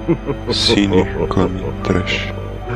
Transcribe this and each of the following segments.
Cine Come Trash.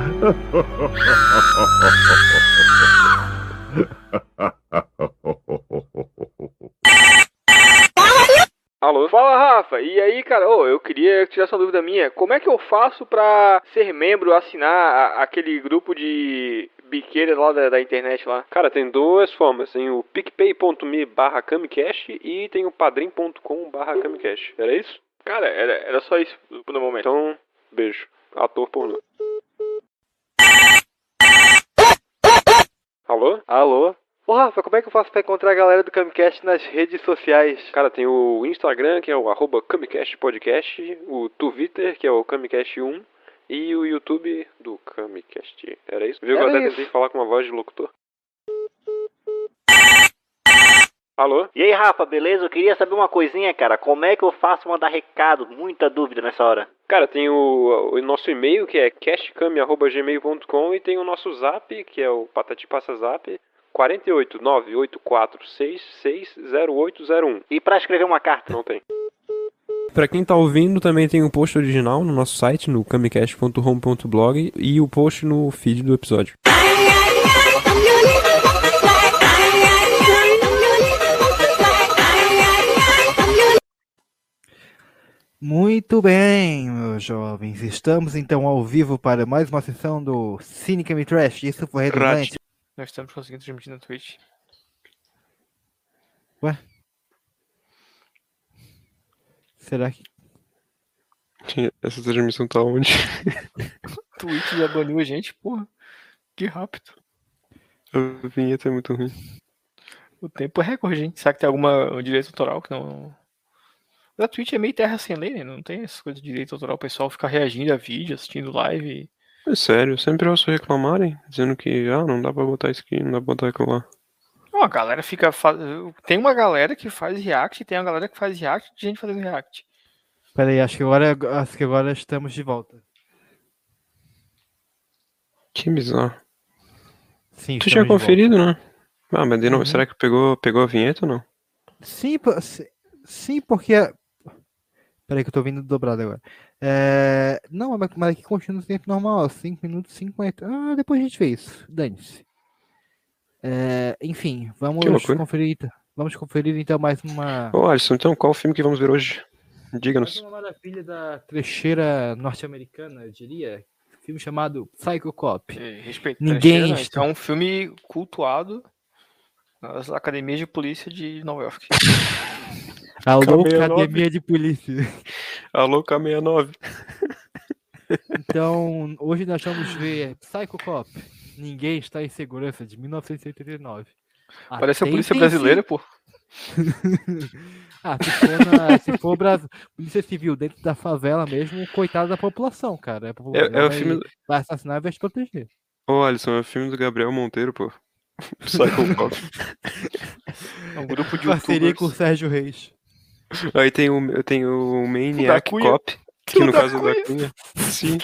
Alô? Fala, Rafa. E aí, cara? Eu queria tirar essa dúvida minha. Como é que eu faço pra ser membro, assinar aquele grupo de biqueira lá da internet lá? Cara, tem duas formas. Tem o picpay.me/camicast e tem o padrim.com/camicast. Era isso? Cara, era só isso no momento. Então, beijo. Ator pornô. Alô? Alô? Ô, Rafa, como é que eu faço pra encontrar a galera do Camicast nas redes sociais? Cara, tem o Instagram, que é o @camicastpodcast, o Twitter, que é o Camicast1, e o YouTube do Camicast. Era isso? Viu que eu até tentei falar com uma voz de locutor? Alô? E aí, Rafa, beleza? Eu queria saber uma coisinha, cara. Como é que eu faço mandar recado? Muita dúvida nessa hora. Cara, tem o nosso e-mail, que é castcam@gmail.com, e tem o nosso zap, que é o Patati Passa Zap, 48984660801. E pra escrever uma carta? Não tem. Pra quem tá ouvindo, também tem um post original no nosso site, no camicast.home.blog, e o post no feed do episódio. Muito bem, meus jovens. Estamos então ao vivo para mais uma sessão do Cine Come Trash. Isso foi redundante. Nós estamos conseguindo transmitir na Twitch. Ué? Será que... Essa transmissão tá onde? Twitch já baniu a gente, porra. Que rápido. A vinheta é muito ruim. O tempo é recorde, hein? Será que tem alguma direito autoral que não... A Twitch é meio terra sem lei, né? Não tem essas coisas de direito autoral. O pessoal fica reagindo a vídeo, assistindo live. É sério, eu sempre ouço reclamarem, dizendo que não dá pra botar isso aqui, não dá pra botar aquilo lá. A galera fica... Tem uma galera que faz react, tem uma galera que faz react de gente fazendo react. Peraí, acho que agora estamos de volta. Que bizarro. Sim, Tu tinha conferido, né? Mas de novo, será que pegou a vinheta ou não? Sim, porque... Peraí que eu tô ouvindo dobrado agora. Não, mas aqui continua no tempo normal, 5 minutos 50. Depois a gente vê isso. Dane-se. Enfim, vamos conferir. Vamos conferir então mais uma... Ô Alisson, então qual o filme que vamos ver hoje? Diga-nos. Mais uma maravilha da trecheira norte-americana, eu diria. Filme chamado Psycho Cop. Ninguém... É um filme cultuado nas academias de polícia de Nova York. Alô, Academia de Polícia. Alô, K69. Então, hoje nós vamos ver Psycho Cop. Ninguém está em segurança, de 1989. Parece a polícia brasileira, pô. Se for polícia civil dentro da favela mesmo, coitado da população, cara. A população é o filme... vai assassinar e vai te proteger. Ô Alisson, é o filme do Gabriel Monteiro, pô. Psycho Cop. É um grupo de parceria com o Sérgio Reis. Aí tem o Maniac Cop, que no caso é da Cunha. Sim.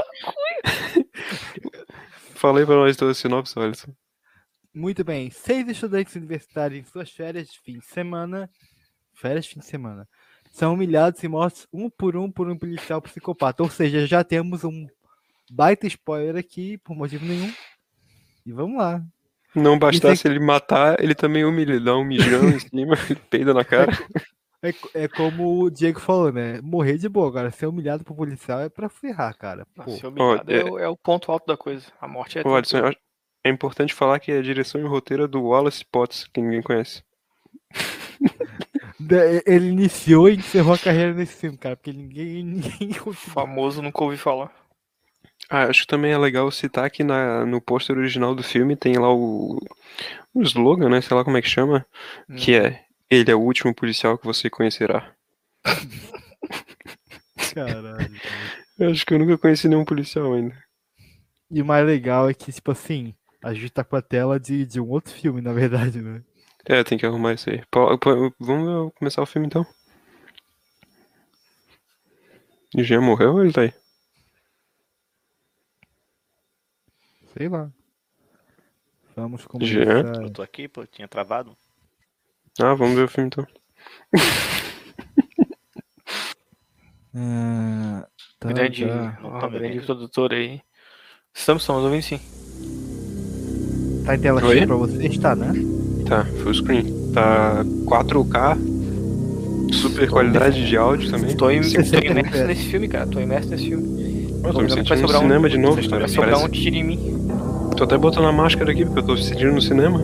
Falei pra nós toda a sinopse, Alisson. Muito bem. 6 estudantes universitários em suas férias de fim de semana. São humilhados e mortos um por um policial psicopata. Ou seja, já temos um baita spoiler aqui, por motivo nenhum. E vamos lá. Não bastasse ele matar, ele também humilha. Ele dá um mijão em cima, ele peida na cara. É como o Diego falou, né? Morrer de boa. Agora, ser humilhado por policial é pra ferrar, cara. Ser humilhado é o ponto alto da coisa. A morte é... Alisson, é importante falar que a direção e o roteiro é do Wallace Potts, que ninguém conhece. Ele iniciou e encerrou a carreira nesse filme, cara, porque ninguém famoso, nunca ouvi falar. Acho que também é legal citar que no pôster original do filme tem lá o slogan, né? Sei lá como é que chama. Que é: ele é o último policial que você conhecerá. Caralho. Eu acho que eu nunca conheci nenhum policial ainda. E o mais legal é que, tipo assim, a gente tá com a tela de um outro filme, na verdade, né? Tem que arrumar isso aí. Vamos começar o filme então. O Jean morreu ou ele tá aí? Sei lá. Vamos começar. Jean? Eu tô aqui, pô, tinha travado. Vamos ver o filme então. grande produtor aí. Estamos ouvindo sim. Tá em tela Oi? cheia pra você? Está, né? Tá, full screen. Tá 4K, super qualidade de áudio também. Tô imerso nesse filme, cara. Tô imerso nesse filme. Eu tô me Vai sentindo no sobrar cinema de novo, cara. Vai sobrar Parece... um tiro em mim. Tô até botando a máscara aqui, porque eu tô me sentindo no cinema.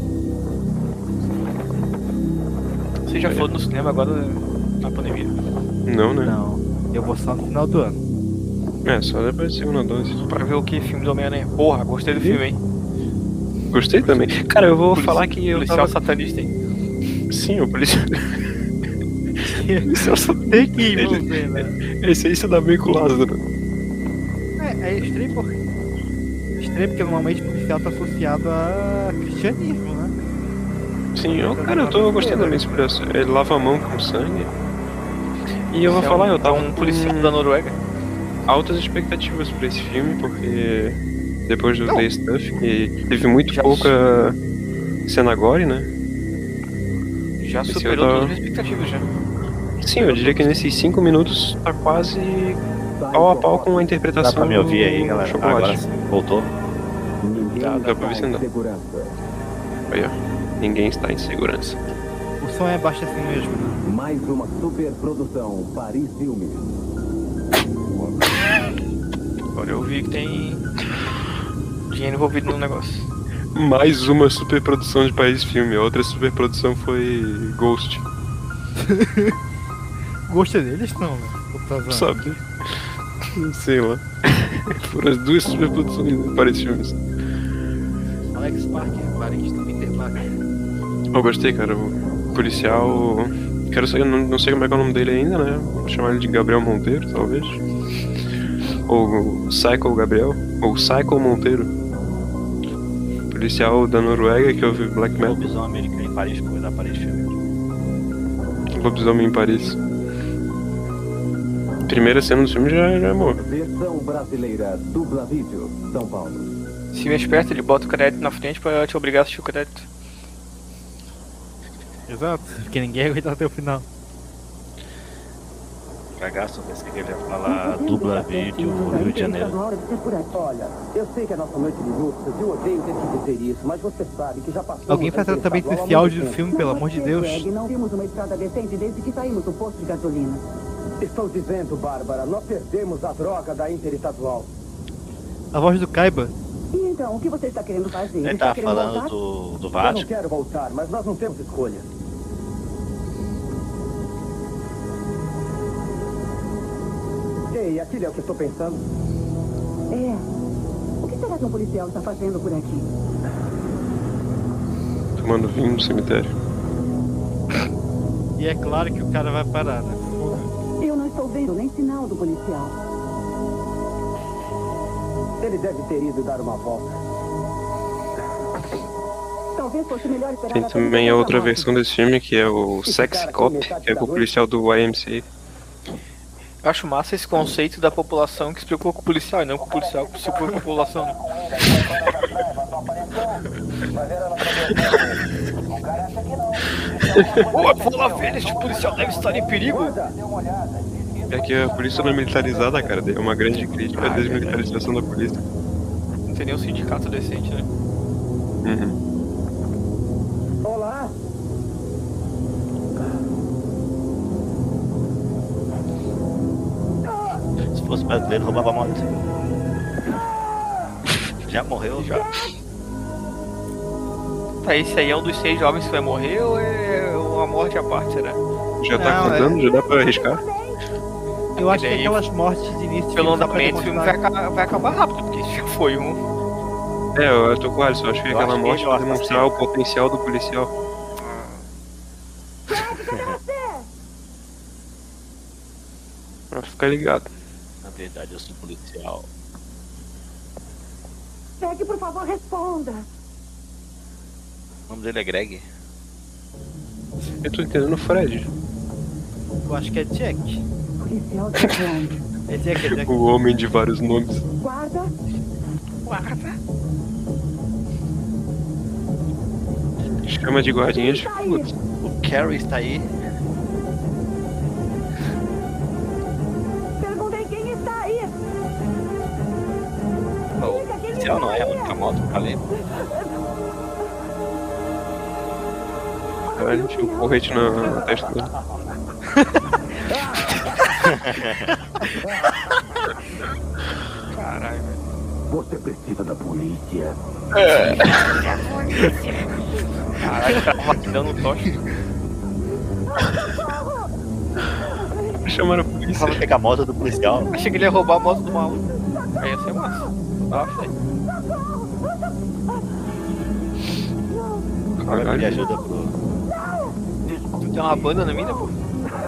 Você já foi no cinema agora na pandemia? Não, né? Não. Eu vou só no final do ano. É, só depois da segunda dose. Pra ver o que? Filme do Homem-Aranha. Porra, gostei do filme, hein? Gostei também. Cara, eu vou falar que eu policial tava... satanista, hein? Sim, o policial... policial Tem que ir, vamos ver, né? Esse aí se dá bem com o Lázaro. É estranho porque normalmente o policial tá associado a cristianismo, né? Sim, eu gostei também desse preço. Ele lava a mão com sangue. E eu vou falar, eu tava um policial da Noruega. altas expectativas pra esse filme, porque depois do The Stuff, que teve muito pouca cena gore, né? Já Esse superou eu tô- todas as expectativas, já. Sim, eu diria que nesses 5 minutos tá quase pau a pau com a interpretação. Dá pra me ouvir aí, do galera? Chocolate. Agora sim. Voltou? Dá pra ver se não. Aí, ó. Ninguém está em segurança. O som é baixo assim mesmo, né? Mais uma super produção Paris Filmes. Agora eu vi que tem dinheiro envolvido no negócio. Mais uma superprodução de País Filme. A outra superprodução foi Ghost. Gosta deles não, né? Ou tá zoando? Sabe? Sei lá. Foram as duas superproduções de Paris Filmes. Alex Parker, parente do Peter Parker. Eu gostei, cara. O policial. Quero saber, não sei como é que é o nome dele ainda, né? Vou chamar ele de Gabriel Monteiro, talvez. Ou Psycho Gabriel. Ou Psycho Monteiro. Policial da Noruega que ouve Black Metal. Lobisomem americano em Paris, coisa da Paris Filme. Lobisomem em Paris. Primeira cena do filme já é boa. Versão brasileira, dubla vídeo, São Paulo. Se me esperto, ele bota o crédito na frente pra te obrigar a assistir o crédito. Exato, porque ninguém aguenta até o final. Cagaço, pensei que ele ia falar dubla vídeo Rio de Janeiro. Olha, eu sei que é nossa noite de núpcias, eu odeio ter que dizer isso, mas você sabe que já passou. Alguém faz tratamento desse áudio do filme, pelo amor de Deus. Não vimos uma estrada decente desde que saímos do posto de gasolina. Estou dizendo, Bárbara, nós perdemos a droga da interestadual. A voz do Kaiba. E então, o que você está querendo fazer? Ele Está tava querendo falando voltar? do Eu não Vasco. quero voltar, mas nós não temos escolha. Ei, aquilo é o que estou pensando. É. O que será que um policial está fazendo por aqui? Tomando vinho no cemitério. E é claro que o cara vai parar, né? Eu não estou vendo nem sinal do policial. Ele deve ter ido dar uma volta. Talvez fosse melhor esperar Tem até também ele a outra voltar. versão desse filme, que é o Sexy Cop, que é com o policial do YMCA. Eu acho massa esse conceito da população que se preocupa com o policial e não com o policial que se preocupa com a população. Né? Pô, vou lá ver, este policial deve estar em perigo. É que a polícia não é militarizada, cara. É uma grande crítica à desmilitarização da polícia. Não tem nenhum sindicato decente, né? Uhum. Olá! Se fosse brasileiro, roubava moto. Já morreu? Já. Tá, esse aí é um dos 6 jovens que vai morrer ou é uma morte à parte, será? Já tá Não, contando? Já dá pra arriscar? Eu acho que daí, aquelas mortes de início de Pelo filme só pra andamento, o filme demonstrar- vai acabar rápido, porque isso já foi um. É, eu tô com o Alisson. Acho que Eu aquela acho que morte ele pra é o demonstrar o potencial do policial. Pra ficar ligado. Na verdade, eu sou policial. Pegue, por favor, responda. O nome dele é Greg. Eu tô entendendo o Fred. Eu acho que é Jack. Policial de onde? É Jack, é Jack. O homem de vários nomes. Guarda. Chama de guardinha de Tá aí. putz. O Carrie está aí. Perguntei quem está policial, não é a única moto que tá ali. Caralho, tinha um porrete na testa dele. Caralho, velho. Você precisa da polícia. Caralho, o cara tava dando um toque. Chamaram a polícia. Vamos pegar a moto do policial. Achei que ele ia roubar a moto do maluco. Aí ia ser massa. Tá, velho. Me Caralho. ajuda pro... Tem uma banda na mina, pô.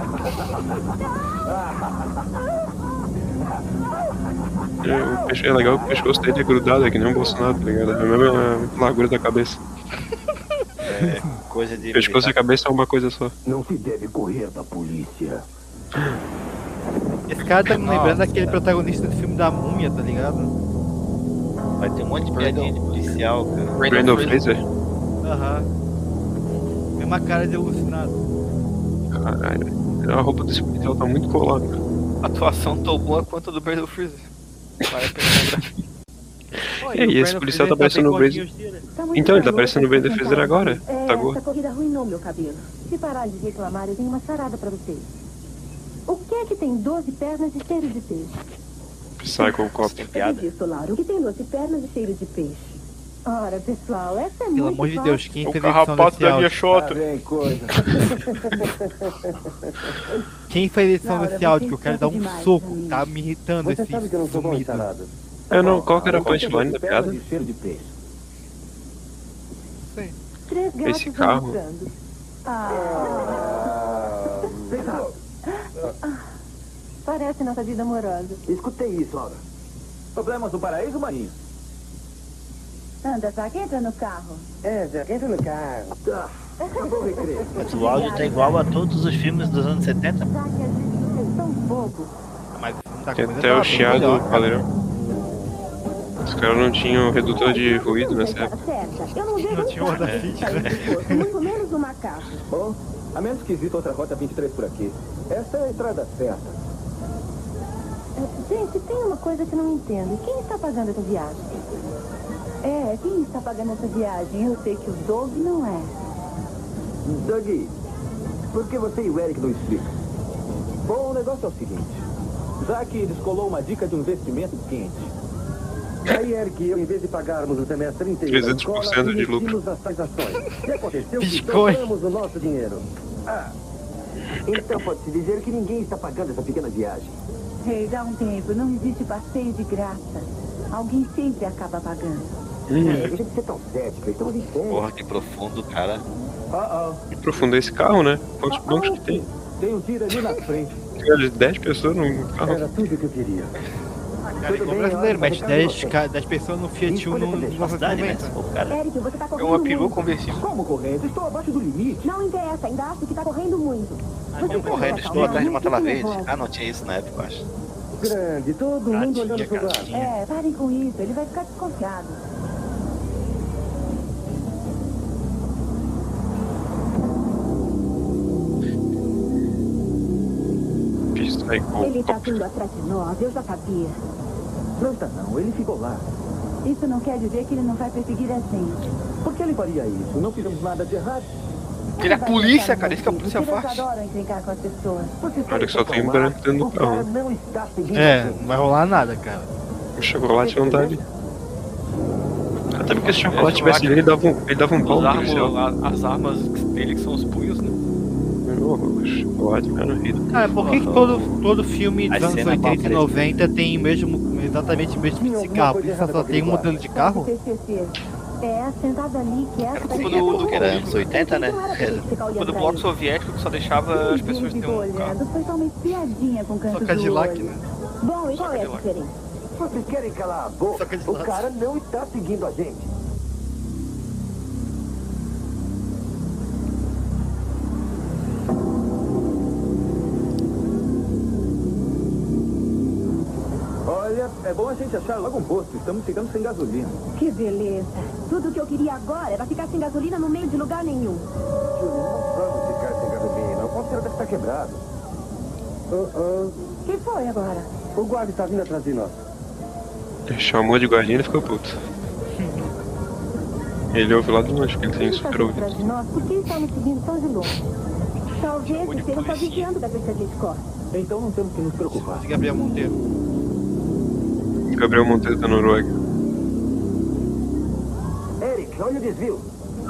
É legal que o pescoço dele é grudado, é que nem um Bolsonaro, tá ligado? É a mesma largura da cabeça. É, coisa de... Pescoço e cabeça é uma coisa só. Não se deve correr da polícia. Esse cara tá me lembrando daquele protagonista do filme da Múmia, tá ligado? Vai ter um monte de piadinha de policial, cara. Brandon Fraser? Aham. Mesma cara de alucinado. Caralho. A roupa desse policial tá muito colada. A atuação tão boa quanto a do Brandon Fraser. Vale a pena lembrar. E aí, esse policial tá parecendo o Brandon. Então, ele tá parecendo o Brandon Fraser agora. Tá gordo. Essa corrida arruinou meu cabelo. Se parar de reclamar, eu tenho uma charada pra vocês. O que é que tem 12 pernas e cheiro de peixe? Psycho Cop. Tem Eu piada. disse, Laura, o que tem 12 pernas e cheiro de peixe? Ora, pessoal, essa é Pelo muito amor de fácil. Deus, quem O fez a edição carrapato desse da minha áudio? xota. Vem coisa. Quem fez a edição Laura, desse áudio? Que você eu quero dar um demais soco. pra mim. Tá me irritando Você esse sabe que eu não sou bom em sumido. charadas. Eu não, qual que era a punchline da piada? De cheiro de peixe. 3 gatos Esse carro. almoçando. Vem cá. Parece nossa vida amorosa. Escutei isso, Laura. Problemas no paraíso, maninho? Anda, Zack, entra no carro. Já entra no carro. Tá. Acabou o recreio. Mas o áudio tá igual a todos os filmes dos anos 70. Zack, às vezes você é tão bobo. Mas o filme tá Que coisa até tava o bem chiado melhor, cara. valeu. Os caras não tinham redutor de ruído nessa Estava época. certa. Eu não vejo Não tinha onda nada fit, sair né? do poço, muito menos um macaco. Bom, a menos que exista outra rota 23 por aqui. Essa é a estrada certa. Gente, tem uma coisa que eu não entendo. Quem está pagando essa viagem? Quem está pagando essa viagem? Eu sei que o Doug não é. Doug, por que você e o Eric não explicam? Bom, o negócio é o seguinte. Zack descolou uma dica de um investimento quente. Aí, Eric e eu, em vez de pagarmos o semestre inteiro da 300% escola, de lucro. investimos nas tais ações. E aconteceu que Bitcoin. dobramos o nosso dinheiro. Então pode-se dizer que ninguém está pagando essa pequena viagem. Ei, dá um tempo. Não existe passeio de graça. Alguém sempre acaba pagando. Deixa de ser tão cético, estamos em férias. Porra, que profundo, cara. Aprofundar esse carro, né? Quantos bancos que tem? Tem um tiro ali na frente. Tem 10 pessoas no carro. Era tudo que eu queria. Cara, igual brasileiro, mexe 10 pessoas no Fiat Uno no Cidade, né? 990. Pô, cara. Eric, você está É correndo uma perua muito. conversível. Como correndo? Estou abaixo do limite. Não interessa, ainda acho que está correndo muito. Você Eu quer correndo, se estou atrás de uma acalmar? tela Fique verde. nervosa. Ah, não tinha isso na época, eu acho. Grande, todo mundo olhando pro lado. Parem com isso. Ele vai ficar desconfiado. Psycho Ele está Cop. vindo atrás de nós, eu já sabia. Não está não, ele ficou lá. Isso não quer dizer que ele não vai perseguir a gente. Por que ele faria isso? Não fizemos nada de errado. Ele é a polícia, cara. Isso que a polícia Eles faz. adoram encrencar com as pessoas. Olha que só tem um branco dentro do O cara carro. não está seguindo a É, gente. não vai rolar nada, cara. O chocolate não tá ali. Até porque se o chocolate tivesse ali, ele dava um pau no policial. As armas dele que são os punhos, né? O chocolate, cara, vida. Cara, por que todo filme dos A anos cena 80 e aparece. 90 tem exatamente o mesmo tipo de carro? Por que só tem um modelo de carro? Pode ter certeza. Sentada ali, quieta. Era culpa do Que era anos 80, né? Culpa do bloco soviético que só deixava as pessoas terem um carro. Foi só uma espiadinha com o canto Só do Cadillac, olho. né? Bom, e qual é a Cadillac. diferença? Vocês querem calar a boca? Só que eles O lá- cara não está seguindo a gente. Olha, é bom a gente achar logo um posto. Estamos ficando sem gasolina. Que beleza. Tudo que eu queria agora era ficar sem gasolina no meio de lugar nenhum. Júlio, não vamos ficar sem gasolina. O ponteiro deve estar quebrado. Que foi agora? O guarda está vindo atrás de nós. Ele chamou de guardinha e ficou puto. Ele ouve lá de longe, porque ele tem super ouvido. Atrás de nós, por que está nos seguindo tão de longe? Talvez estejam só vigiando da vez que a gente corre. Então não temos que nos preocupar. Gabriel Monteiro. Gabriel Monteiro da Noruega. Eric, olha o desvio.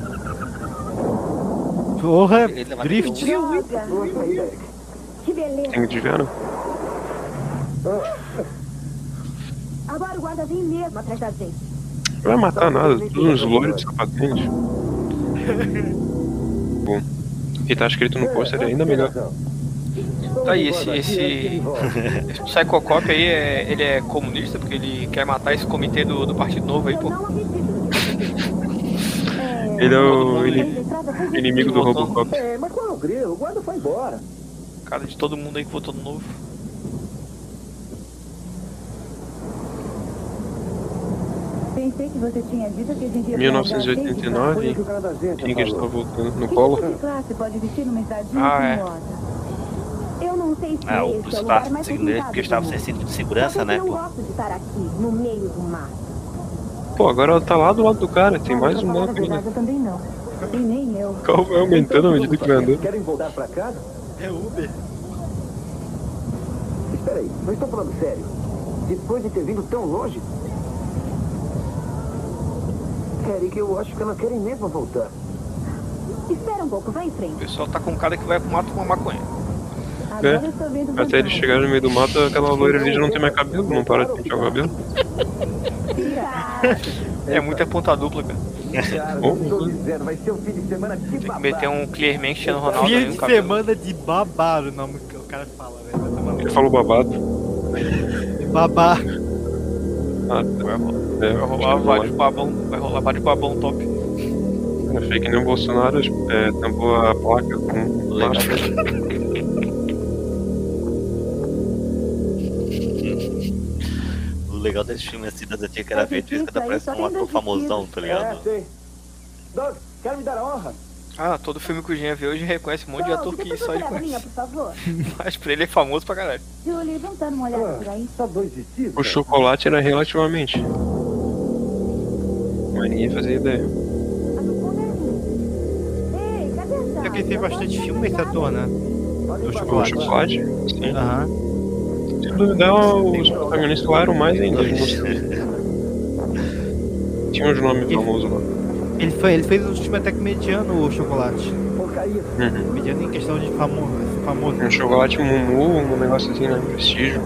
Porra, Ele vai drift. Droga! Nossa, aí, Eric. Que beleza! Tem que desviar, não? Agora o guarda vem mesmo atrás da gente. Não vai matar nada, tudo uns loiros de sapatente. Bom. E tá escrito no pôster ainda melhor. Tá aí, esse Psycho Cop aí, ele é comunista porque ele quer matar esse comitê do Partido Novo aí, Eu pô. não acredito no que você disse. Ele é o A estrada foi inimigo do Robocop. Mas qual é o grilo? O guarda foi embora. Cara de todo mundo aí que votou no Novo. Pensei que você tinha dito que a gente ia 1989, O cara da agência quem que está falou. voltando? No Que colo? tipo de classe pode vestir numa estradinha Ah, é. sinuosa? Eu não sei se Ah, o esse é o espaço lugar mais segundo ele, frequentado porque do estava mundo. sem cinto de segurança, Talvez né, eu não pô? gosto de estar aqui, no meio do mato. Pô, agora ela tá lá do lado do cara, tem mais Pra um falar a mapa ainda. verdade, eu também não. E nem eu. O carro vai aumentando à medida que vai andando. Querem voltar pra casa? É Uber. Espera aí, não estou falando sério. Depois de ter vindo tão longe? Eric, eu acho que elas querem mesmo voltar. Espera um pouco, vai em O frente. pessoal tá com um cara que vai pro mato com uma maconha. Agora eu estou vendo Até eles chegarem no meio do mato, aquela loira ali já não tem mais cabelo, não para de pentear o cabelo. É muita ponta dupla, cara. Cara, Oh, estou dizendo, vai ser um fim de semana de Tem que meter um Clearman Cristiano Ronaldo Dia aí no de cabelo. semana de babado, o nome que o cara fala, velho. Vai tomar no Ele falou babado. cu. Babá. Ah, Vai é, rolar vários babão, vai rolar vários babão top. Eu achei que nem o Bolsonaro tampou a placa com Legal. máscara. O legal desse filme assim, da tia que era verde, isso que tá parecendo um ator famosão, tá ligado? sei. Doug, quer me dar a honra? Ah, todo filme que o Jean vê hoje reconhece um monte de ator que só ele minha, conhece. por favor. Mas pra ele é famoso pra caralho. Julie, vamos dar uma olhada por aí. Só 2 vestidos? O chocolate era relativamente. Mas ninguém fazia ideia. Ei, cadê essa? É que ele fez bastante filme esse ator, né? Do O chocolate. chocolate? Sim. Aham. Se duvidar, os protagonistas lá eram mais ainda. Tinha uns nomes famosos lá. Ele fez um filme até que mediano, o chocolate. Porcaria. Mediano em questão de famoso. Um chocolate Mumu, um negócio assim, né? Prestígio.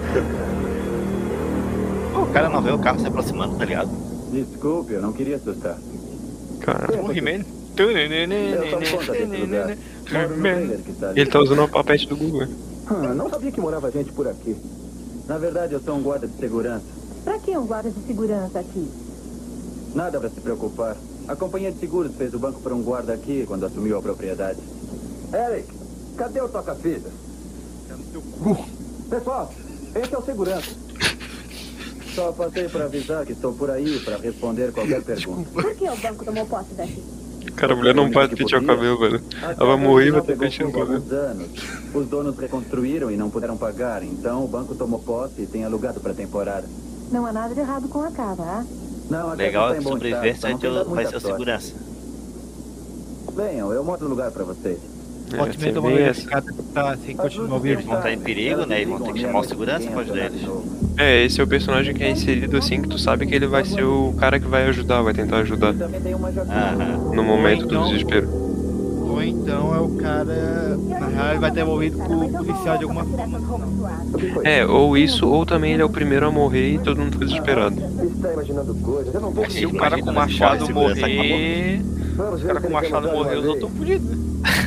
Pô, o cara não vê o carro se aproximando, tá ligado? Desculpe, eu não queria assustar. Cara, O He-Man. Eu tomo conta desse lugar. Moro no trailer que está ali. ele tá usando o papete do Google. Não sabia que morava gente por aqui. Na verdade, eu sou um guarda de segurança. Pra que um guarda de segurança aqui? Nada para se preocupar. A companhia de seguros fez o banco para um guarda aqui quando assumiu a propriedade. Eric, cadê o toca-fitas? Pessoal, esse é o segurança. Só passei para avisar que estou por aí para responder qualquer pergunta. Por que o banco tomou posse daqui? Cara, a mulher não para de pentear o cabelo, velho. Ela vai morrer e vai ter pentear o pegou cabelo. fogo há alguns anos. Os donos reconstruíram e não puderam pagar, então o banco tomou posse e tem alugado para temporada. Não há nada de errado com a casa, ah? Não, a Legal casa é está em bom sobreviver, estado, só não tem dado vai muita ser o sorte. segurança. Venham, eu mostro o lugar para vocês. Pode você meter uma vê olhada essa. de cada tá sem continuar As luzes ouvindo. Vão estar em perigo, né? E vão ter que chamar o segurança pra ajudar eles. Esse é o personagem que é inserido assim, que tu sabe que ele vai ser o cara que vai ajudar, vai tentar ajudar Também tem uma Aham. no momento do Então- desespero. Ou então é o cara. Na real, ele vai estar envolvido com o policial de alguma forma. Ou isso, ou também ele é o primeiro a morrer e todo mundo fica desesperado. Está imaginando coisas, eu não vou Se o cara com o Imagina, machado se segurança morrer. Vamos O cara com o machado morrer, os outros estão fodidos, né?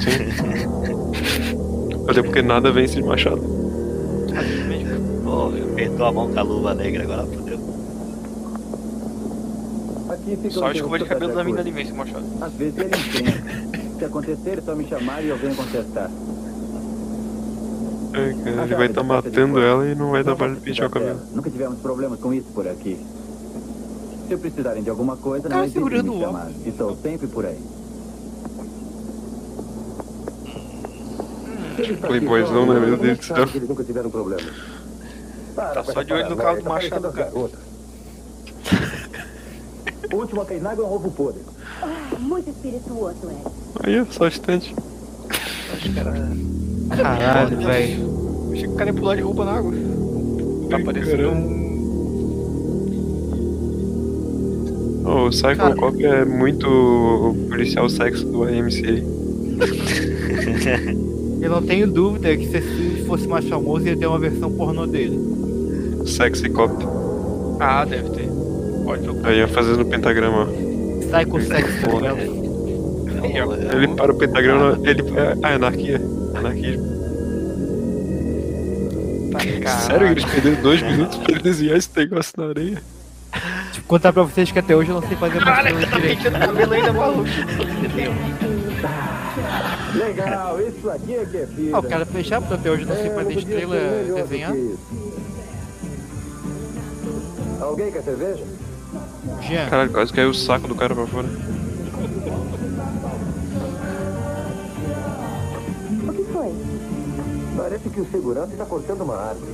Até porque nada vence de machado. Pô, apertou a mão com a luva negra, agora fodeu. Só a escova de cabelo da mina ali vence o machado. Às vezes ele entende. Se acontecer, é só me chamar e eu venho contestar. Ele vai estar matando ela e não vai dar para ele pentear o cabelo. Nunca tivemos problemas com isso por aqui. Se precisarem de alguma coisa, não Cara, hesitem em segurando me o chamar. Estou sempre por aí. Playboyzão, né? Meu Deus do céu. Eles nunca tiveram problemas. Tá só de olho no carro do machado, cara. O último a cair na água é um ovo podre. Muito espirituoso, é. Aí, só instante. Caralho, velho. Achei que o cara ia pular de roupa na água. Tá parecendo O Psycho Cop é muito o policial sexo do AMCA. Eu não tenho dúvida que se esse filme fosse mais famoso ia ter uma versão pornô dele. Sexy Cop. Ah, deve ter. Pode procurar. Aí, fazendo o pentagrama. Psycho Sex Novela. Ele para o pentagrama, ele... Ah, anarquia. Anarquismo. Sério que eles perderam 2 minutos pra ele desenhar esse negócio na areia? Tipo, contar pra vocês que até hoje eu não sei fazer mais coisa direito. Penteando o cabelo ainda, maluco. Legal, isso aqui é que é vida. Ah, o cara fechar, porque até hoje eu não sei fazer estrela desenhar. Alguém quer cerveja? Jean, Caralho, quase caiu o saco do cara pra fora. O que foi? Parece que o segurança está cortando uma árvore.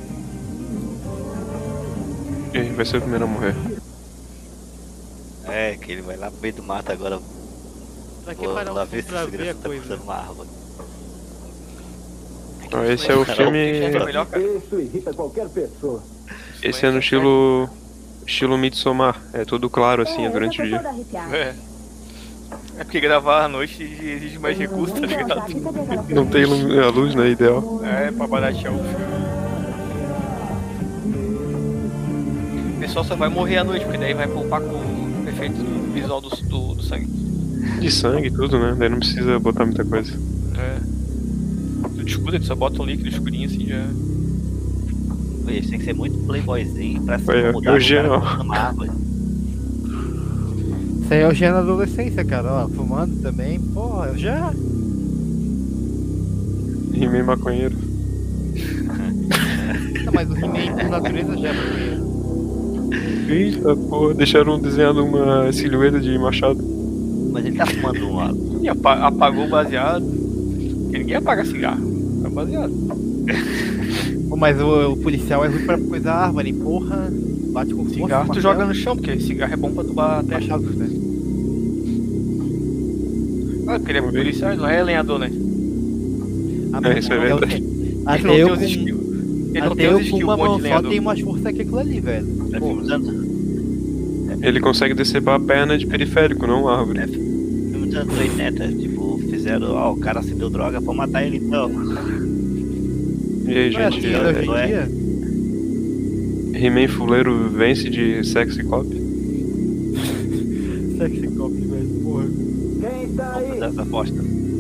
E aí, vai ser o primeiro a morrer. É, que ele vai lá pro meio do mato agora. pra que Vou parar lá um ver filme se pra o ver segurança a tá coisa? cortando uma árvore. Então, esse é o filme... É melhor, cara. Isso irrita qualquer pessoa. Esse é no estilo Midsommar. É tudo claro assim, durante o dia. É porque gravar à noite exige mais recursos, tá ligado? Não tem a luz, né? Ideal. É, pra baratear o filme. O pessoal só vai morrer à noite, porque daí vai poupar com o efeito visual do sangue. De sangue e tudo, né? Daí não precisa botar muita coisa. É. Tu escuta, tu só bota um líquido escurinho assim já. Eles tem que ser muito playboyzinho pra se Foi, mudar o Jean, ó. numa árvore. Isso aí é o Jean na adolescência, cara, ó, fumando também, porra, eu já. He-Man maconheiro. Não, mas o He-Man por natureza já é maconheiro. Eita porra, deixaram desenhado uma silhueta de machado. Mas ele tá fumando um lado. E apagou o baseado. Porque ninguém apaga cigarro. É baseado. Pô, mas o policial é ruim pra coisar a árvore, porra. Bate com força. Cigarro tu martelo. joga no chão, porque cigarro é bom pra tu bater a chave. Machados, né? Ah, porque ele é policial, ele não é lenhador, né? Isso é verdade. Ele Até não tem eu os com, skills. Ele não até tem eu os com skills uma bons mão de só lenhador. tem mais força que aquilo ali, velho. É Pô, filme dos anos, Ele consegue decepar a perna de periférico, não árvore. filme dos anos 80. Tipo, fizeram, ó, o cara se deu droga pra matar ele então. E aí, não é gente? assim, hoje em não é? dia? He-Man fuleiro vence de Sexy Cop? Sexy cop, velho, porra. Quem está Vamos aí? fazer essa aposta.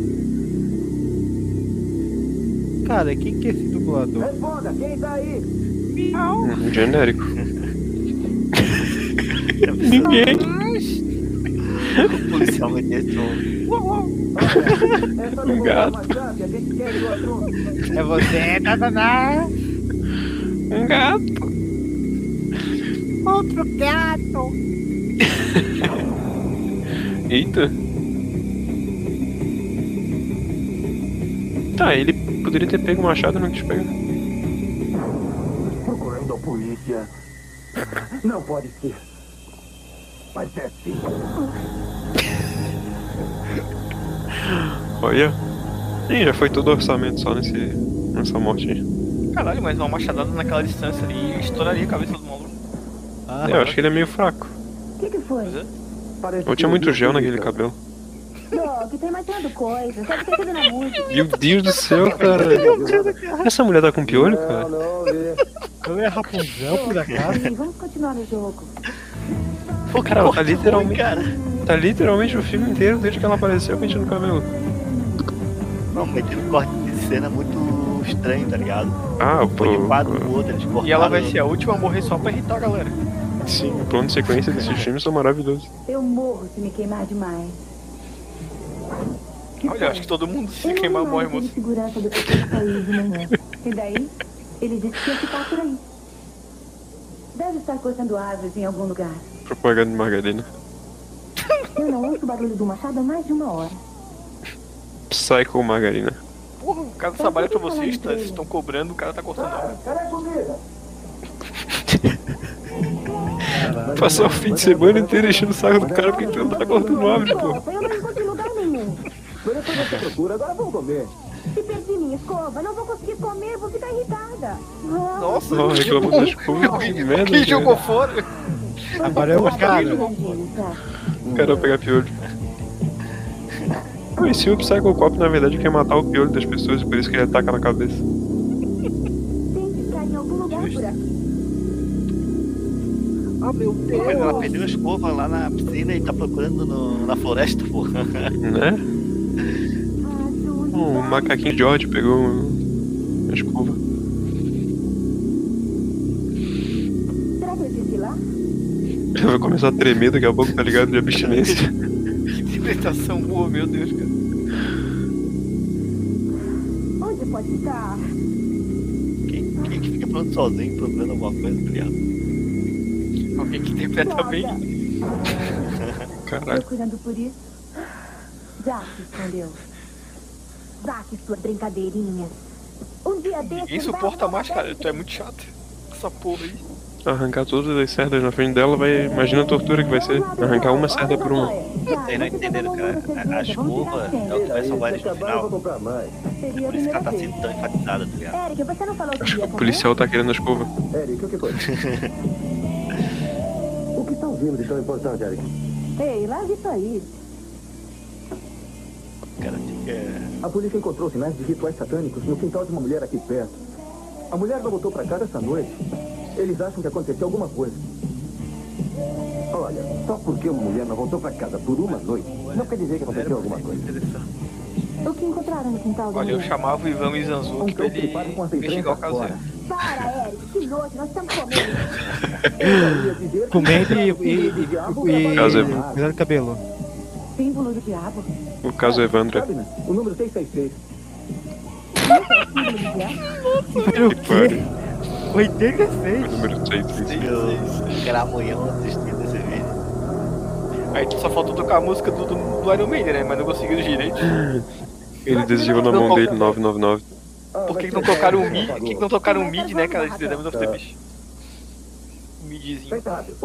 Cara, quem que é esse dublador? Responda, quem está aí? Genérico. Ninguém. O policial vai ter esse É só Um devolver gato. uma chave, a gente quer o assunto. É você, Tataná! Um gato. Outro gato! Eita. Tá, ele poderia ter pego o machado e não quis pegar. Procurando a polícia. Não pode ser. Mas é sim. Olha. Ih, já foi todo o orçamento só nessa morte aí. Caralho, mas uma machadada naquela distância ali estouraria a cabeça do maluco. Ah, Eu acho que ele é meio fraco. O que foi? Mas é. Parece Ou tinha que muito eu vi gel polícia. naquele cabelo. Dog, tá imaginando coisas. Deve ter sido na música. Meu Deus do céu, cara. Essa mulher tá com piolho, cara? Não, vi. eu é Rapunzel, por acaso? Sim, vamos continuar no jogo. Pô, cara, tá literalmente o filme inteiro desde que ela apareceu penteando o cabelo. Não, mas tem um corte de cena muito estranho, tá ligado? Ah, Foi de um quadro pro outro, eles cortaram. E ela vai ser a última a morrer só pra irritar a galera. Sim, o plano de sequência desses filmes são maravilhosos. Eu morro se me queimar demais. Olha, acho que todo mundo se Eu não queimar vi morre, mais moço. aquele segurança depois que ele saiu de manhã. E daí? Ele disse que ia ficar por aí. Deve estar cortando árvores em algum lugar. Propaganda de margarina. Eu não ouço o barulho do machado há mais de uma hora. Psycho margarina. Porra, o cara trabalha pra vocês, vocês estão cobrando, o cara tá cortando árvore. Cadê a comida? Caralho. Passar o fim de semana inteiro enchendo o saco do cara porque tu não tá cortando árvore, pô. Eu não encontro em lugar nenhum. Mas depois você procura, agora vamos comer. Se perdi minha escova, não vou conseguir comer, vou ficar irritada. Nossa, Ó, reclamando das coisas, que merda. quem cara. jogou fora? Agora é o cara. O cara vai pegar piolho. Pô, e se o Psychocop na verdade quer matar o piolho das pessoas, por isso que ele ataca na cabeça? Tem que estar em algum lugar por aqui. Ah, meu Deus. Mas ela perdeu a escova lá na piscina e tá procurando na floresta, pô. Né? O macaquinho George pegou a escova. Será que eu esqueci lá? Ele vai começar a tremer daqui a pouco, tá ligado? De abstinência. Que interpretação boa, meu Deus, cara. Onde pode estar? Quem que fica falando sozinho, procurando alguma coisa, tá ligado? Alguém que interpreta bem. Caralho. Procurando por isso? Já se escondeu. Zack, sua brincadeirinha. Um dia desse. Ninguém suporta mais, cara. Tu é muito chato. Essa porra aí. Arrancar todas as cerdas na frente dela, vai. Imagina a tortura que vai ser. Arrancar uma cerda por uma. Vocês não entenderam, cara. A escova é o que vai salvar eles no Eu vou final. comprar mais. Seria a Por isso que ela primeira tá vez. sendo tão enfatizada, tá ligado? Eric, você não falou que Acho que ia o comer? policial tá querendo a escova. Eric, o que foi? O que estão vindo de tão importante, Eric? Ei, larga isso aí. Cara, fica... A polícia encontrou sinais de rituais satânicos no quintal de uma mulher aqui perto. A mulher não voltou pra casa essa noite. Eles acham que aconteceu alguma coisa. Olha, só porque uma mulher não voltou pra casa por uma noite, não quer dizer que aconteceu alguma coisa. O que encontraram no quintal da Olha, eu mulher? chamava o Ivan Mizanzuki pra ele investigar o caso. Para, Eric, que nojo, nós estamos comendo. Comendo e Caso cuidado do cabelo. Símbolo do diabo. O caso Evandra. Sabe, né? O número 666. Símbolo do diabo. Número Que pariu. 86. Número 6. Eu cramunhão assistindo esse vídeo. Aí só faltou tocar a música do Iron Maiden, né? Mas não conseguiu direito. Ele desejou na mão dele 999. Por que não tocaram o mid? Por que não tocaram o mid, né, cara? De The Devil of the Beast. O midzinho. Pensa rápido.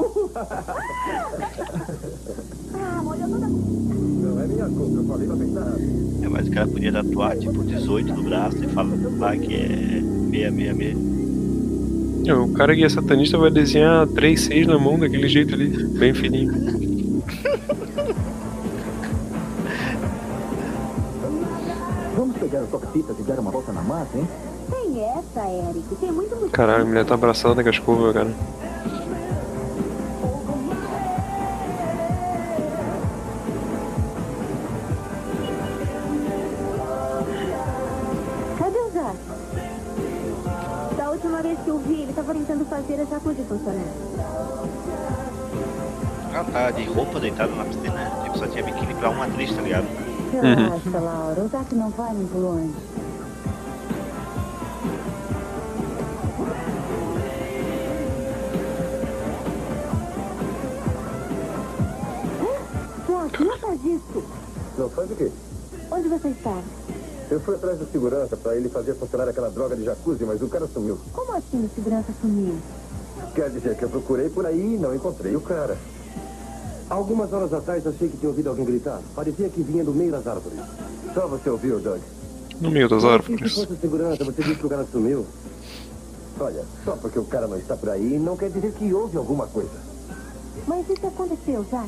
Ah, molhou toda. Não é minha culpa, eu falei pra pensar rápido. É, mas o cara podia tatuar tipo 18 no braço e falar que é 666. Não, o cara que é satanista vai desenhar 3-6 na mão daquele jeito ali, bem fininho. Vamos pegar as toca-fitas e dar uma volta na mata, hein? Tem essa, Eric. Tem muito Caralho, a mulher tá abraçada com a escova, cara. Cadê o Zack? Da última vez que eu vi, ele tava tentando fazer a jacuzzi funcionar. Ela tá de roupa deitada na piscina, tipo, só tinha biquíni pra uma atriz, tá ligado? Relaxa, Laura. O Zack não vai muito longe. Zack, não faz isso. Não faz o quê? Onde você estava? Eu fui atrás do segurança pra ele fazer funcionar aquela droga de jacuzzi, mas o cara sumiu. Como assim o segurança sumiu? Quer dizer que eu procurei por aí e não encontrei o cara. Algumas horas atrás achei que tinha ouvido alguém gritar. Parecia que vinha do meio das árvores. Só você ouviu, Doug? No meio das Se árvores. fosse segurança, você disse que o cara sumiu. Olha, só porque o cara não está por aí, não quer dizer que houve alguma coisa. Mas isso aconteceu, Zack.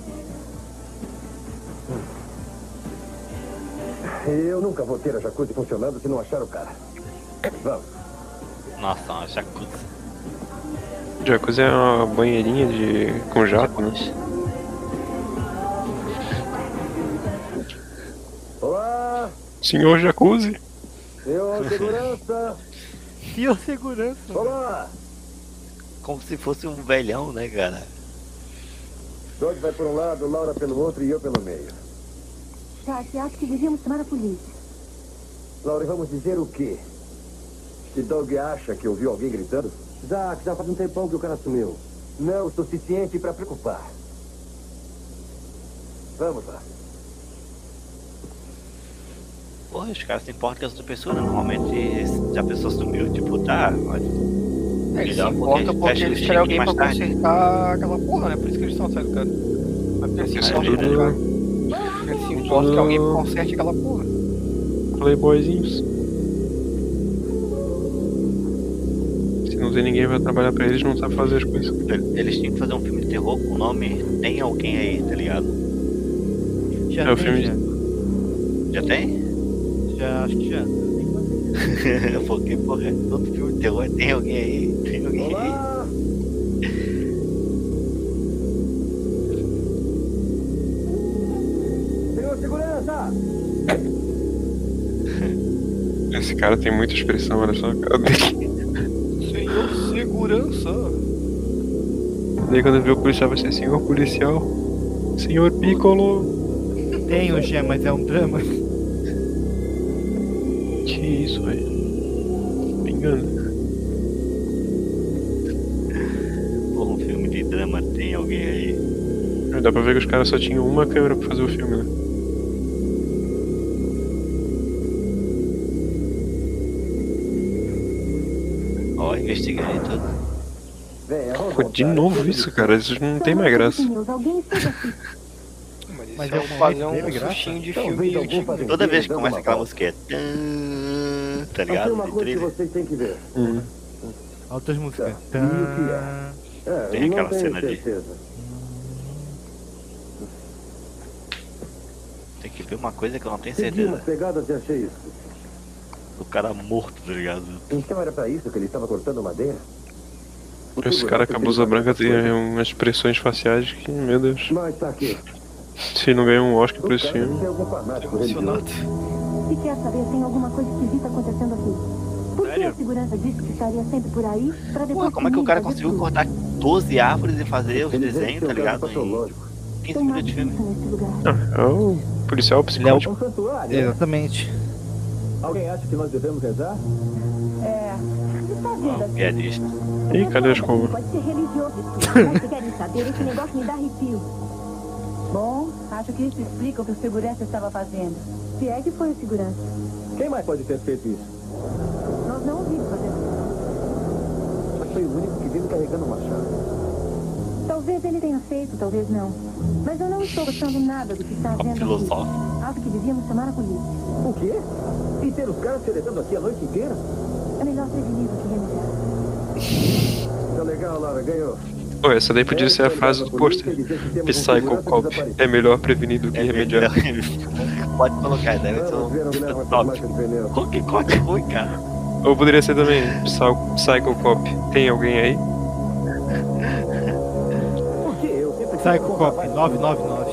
Eu nunca vou ter a jacuzzi funcionando se não achar o cara. Vamos. Nossa, uma jacuzzi. Jacuzzi é uma banheirinha com jato, né? Olá, Senhor Jacuzzi. senhor segurança. Senhor segurança. Olá. Como se fosse um velhão, né, cara? Doug vai por um lado, Laura pelo outro e eu pelo meio. Zack, acho que devíamos chamar a polícia. Laura, vamos dizer o quê? Que Doug acha que ouviu alguém gritando? Zack, já faz um tempão que o cara sumiu. Não o suficiente para preocupar. Vamos lá. Porra, os caras se importam com as outras pessoas, né? Normalmente, se a pessoa sumiu, tipo, tá, olha, Eles se Melhor importam porque porque fecha eles o querem alguém pra mais tarde. consertar aquela porra, né? Por isso que eles estão atrás do cara. Mas porque eles se Isso importam, tudo- cara. Eles se importam que alguém conserte aquela porra. Playboyzinhos. Se não tem ninguém pra trabalhar pra eles, não sabe fazer as coisas. Eles tinham que fazer um filme de terror com o nome Tem Alguém Aí, tá ligado? Já É o tem, filme- Já tem? já, acho que já. Porque, porra, todo filme de terror tem alguém aí. Tem alguém aí. Olá! Senhor segurança! Esse cara tem muita expressão, olha só. Senhor segurança. Daí quando vê o policial vai ser senhor policial. Senhor Piccolo. Tem o Gé, mas é um drama. Que isso, velho. Me engano. Porra, um filme de drama tem alguém aí. Dá pra ver que os caras só tinham uma câmera pra fazer o filme, né? Ó, investigar e tudo. Venha, vamos Pô, de voltar. novo isso, cara. Isso não tem mais graça. Alguém esteja aqui. Mas é isso uma é fazer teve um graça. sustinho de Talvez filme algum antigo. fazendeiro Toda vez que dando começa uma aquela volta. música tá Mas tem ligado? uma De coisa que trilha. vocês têm que ver. Altas músicas. E o que é? Tem não aquela tenho cena de- certeza. Tem que ver uma coisa que eu não tenho Segui certeza. umas pegadas e achei isso. O cara morto, tá ligado? Então era pra isso que ele estava cortando madeira? O Esse cara com a blusa branca tem umas expressões faciais que, meu Deus. Mas tá aqui. Se não ganhou um Oscar por O esse cara deve filme. ser algum fanático Emocionado. religioso. Se quer saber, tem alguma coisa esquisita acontecendo aqui. Por que Sério? a segurança disse que estaria sempre por aí pra depois Pô, como é que o cara sumir e conseguiu fazer cortar 12 árvores e fazer os Ele deve desenhos, ser tá um ligado? caso Em patológico. 15 Tem nada minutos de filme. disso nesse lugar. É o policial psicótico. Um santuário. né? Exatamente. Alguém acha que nós devemos rezar? É. Está vendo assim? Piadista. Ih, cadê a escova? Pode ser religioso e tudo, mas se querem saber, esse negócio me dá arrepio. Bom, acho que isso explica o que o segurança estava fazendo. Se é que foi o segurança. Quem mais pode ter feito isso? Nós não ouvimos fazer isso. Mas foi o único que vive carregando uma chave. Talvez ele tenha feito, talvez não. Mas eu não estou gostando nada do que está Papo vendo aqui. filosófico. Acho que devíamos chamar a polícia. O quê? E ter os caras celebrando aqui a noite inteira? É melhor prevenir do que remediar. Tá legal, Laura, ganhou. Pô, essa daí podia ser a frase do pôster. Psycho Cop. É melhor prevenir do que remediar. Pode colocar, deve ser Vamos ver onde levam um essas top. marcas de veneno. Que corte ruim, cara. Ou poderia ser também Psycho Cop. Tem alguém aí? Por quê? Eu sempre Psycho Cop 999.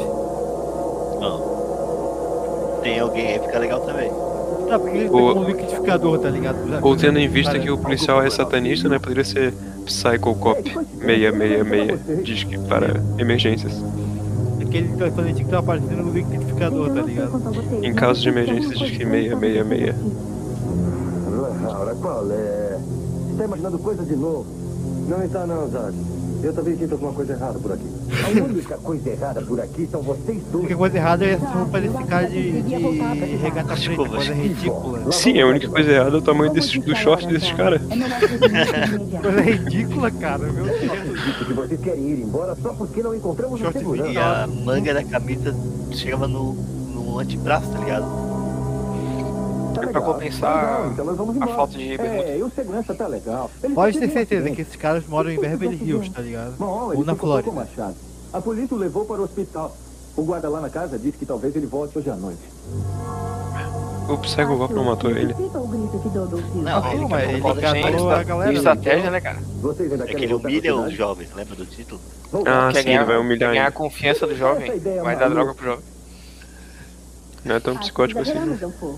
Não. Tem alguém aí, fica legal também. Tá, porque ele tem Ou- um liquidificador, tá ligado? Ou tendo em vista que o policial é satanista, né? Poderia ser Psycho Cop 666. Diz que para emergências. Aquele telefone que tava aparecendo no liquidificador, tá Eu não sei ligado? quanto a vocês, Em mas caso de eu sei que emergência, diz que alguma coisa 666. Laura, qual é? Está imaginando coisa de novo? Não está não, Zad. Eu também sinto alguma coisa errada por aqui. A única coisa errada por aqui são vocês A dois. única coisa errada é essa roupa desse cara de regata preta, Escovas. coisa ridícula. Sim, a única coisa errada é o tamanho do short desses caras. É melhor prevenir do que remediar. Coisa ridícula, cara, meu Deus. Dito que vocês querem ir embora só porque não encontramos o Short segurança. E a manga da camisa chegava no antebraço, tá ligado? Tá pra legal. compensar Legal, então nós vamos a embora. falta de bermuda. É, e o segurança tá legal. Ele Pode só ter teve um certeza acidente. que esses caras moram em Beverly Hills, tá ligado? Bom, Ou ele na ficou com Flórida. uma chave. A polícia o levou para o hospital. O guarda lá na casa disse que talvez ele volte hoje à noite. O Psycho Cop não matou ele. Justifica o grito que Dodo ouviu. Não, Não, ele mas ele enganou tem a galera, estratégia, né, cara? Vocês ainda É que querem ele voltar humilha pra os cidade? jovens, lembra do título? Vamos Ah, lá. Quer sim, ganhar, ele vai quer humilhar ganhar a ele. confiança do Essa jovem, ideia vai dar maluca. droga pro jovem. Não é tão psicótico assim, não. Exageramos um pouco.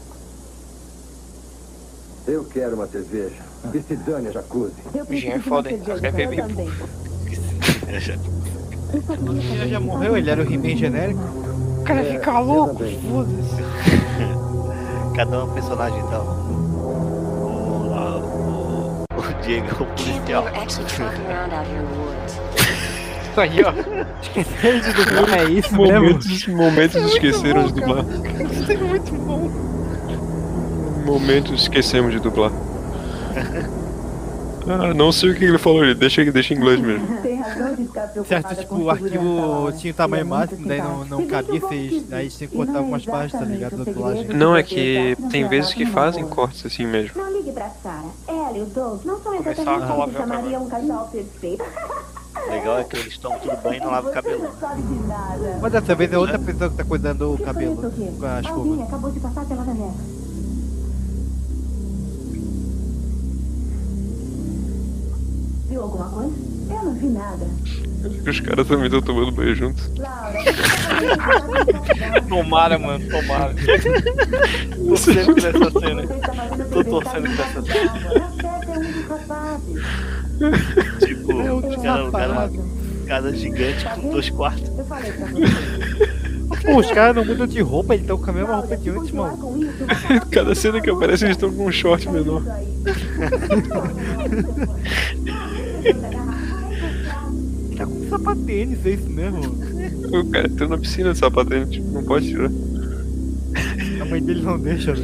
Eu quero uma cerveja. E se dane a jacuzzi. Eu preciso Jean é de foda, uma hein? cerveja, Quer eu beber? também. Eu só queria Ele saber já se morreu, ele era o He-Man genérico. O cara É, fica eu louco, também. foda-se. Cada um personagem, então. O Diego é o policial. Isso aí, ó. Ele de dublar, é isso mesmo? Momentos esqueceram de dublar. Isso é muito bom. Momentos esquecemos de dublar. Ah, não sei o que ele falou ali. Deixa em inglês mesmo. Tem razão de ficar preocupada Certo, tipo, com o arquivo segurança. tinha o tamanho Ele é muito máximo, daí não eficaz. cabia, Seguido por aí tem que E cortar não é algumas partes, tá exatamente ligado? o Da segredo dublagem. Não, é que que não tem tem vezes nada que numa fazem boa. cortes assim mesmo. Não ligue pra Sarah. Ela e o Doug não são Começar exatamente a o que lavar chamaria um casal perfeito. Legal é que eles tomam tudo banho e não lavam o cabelo. Você não sabe de nada. Mas dessa vez é outra pessoa que tá cuidando o Que foi cabelo isso, o quê? com a Alguém escova. acabou de passar pela janela. Viu alguma coisa? Eu não vi nada. Os caras também estão tomando banho juntos. Laura, você Tomara, mano, tomara. Torcendo por essa cena. Tô torcendo por essa cena. é um dos rapazes. Tipo, os caras alugaram uma casa gigante com 2 quartos. Eu falei pra você. Pô, os caras não mudam de roupa, eles estão com a mesma roupa de Se antes, continuar mano. com isso, vai dar Cada cena que aparece eles estão com um short menor. Tá com sapatênis, é isso mesmo? O cara tá na piscina de sapatênis, tipo, não pode tirar. A mãe dele não deixa, né?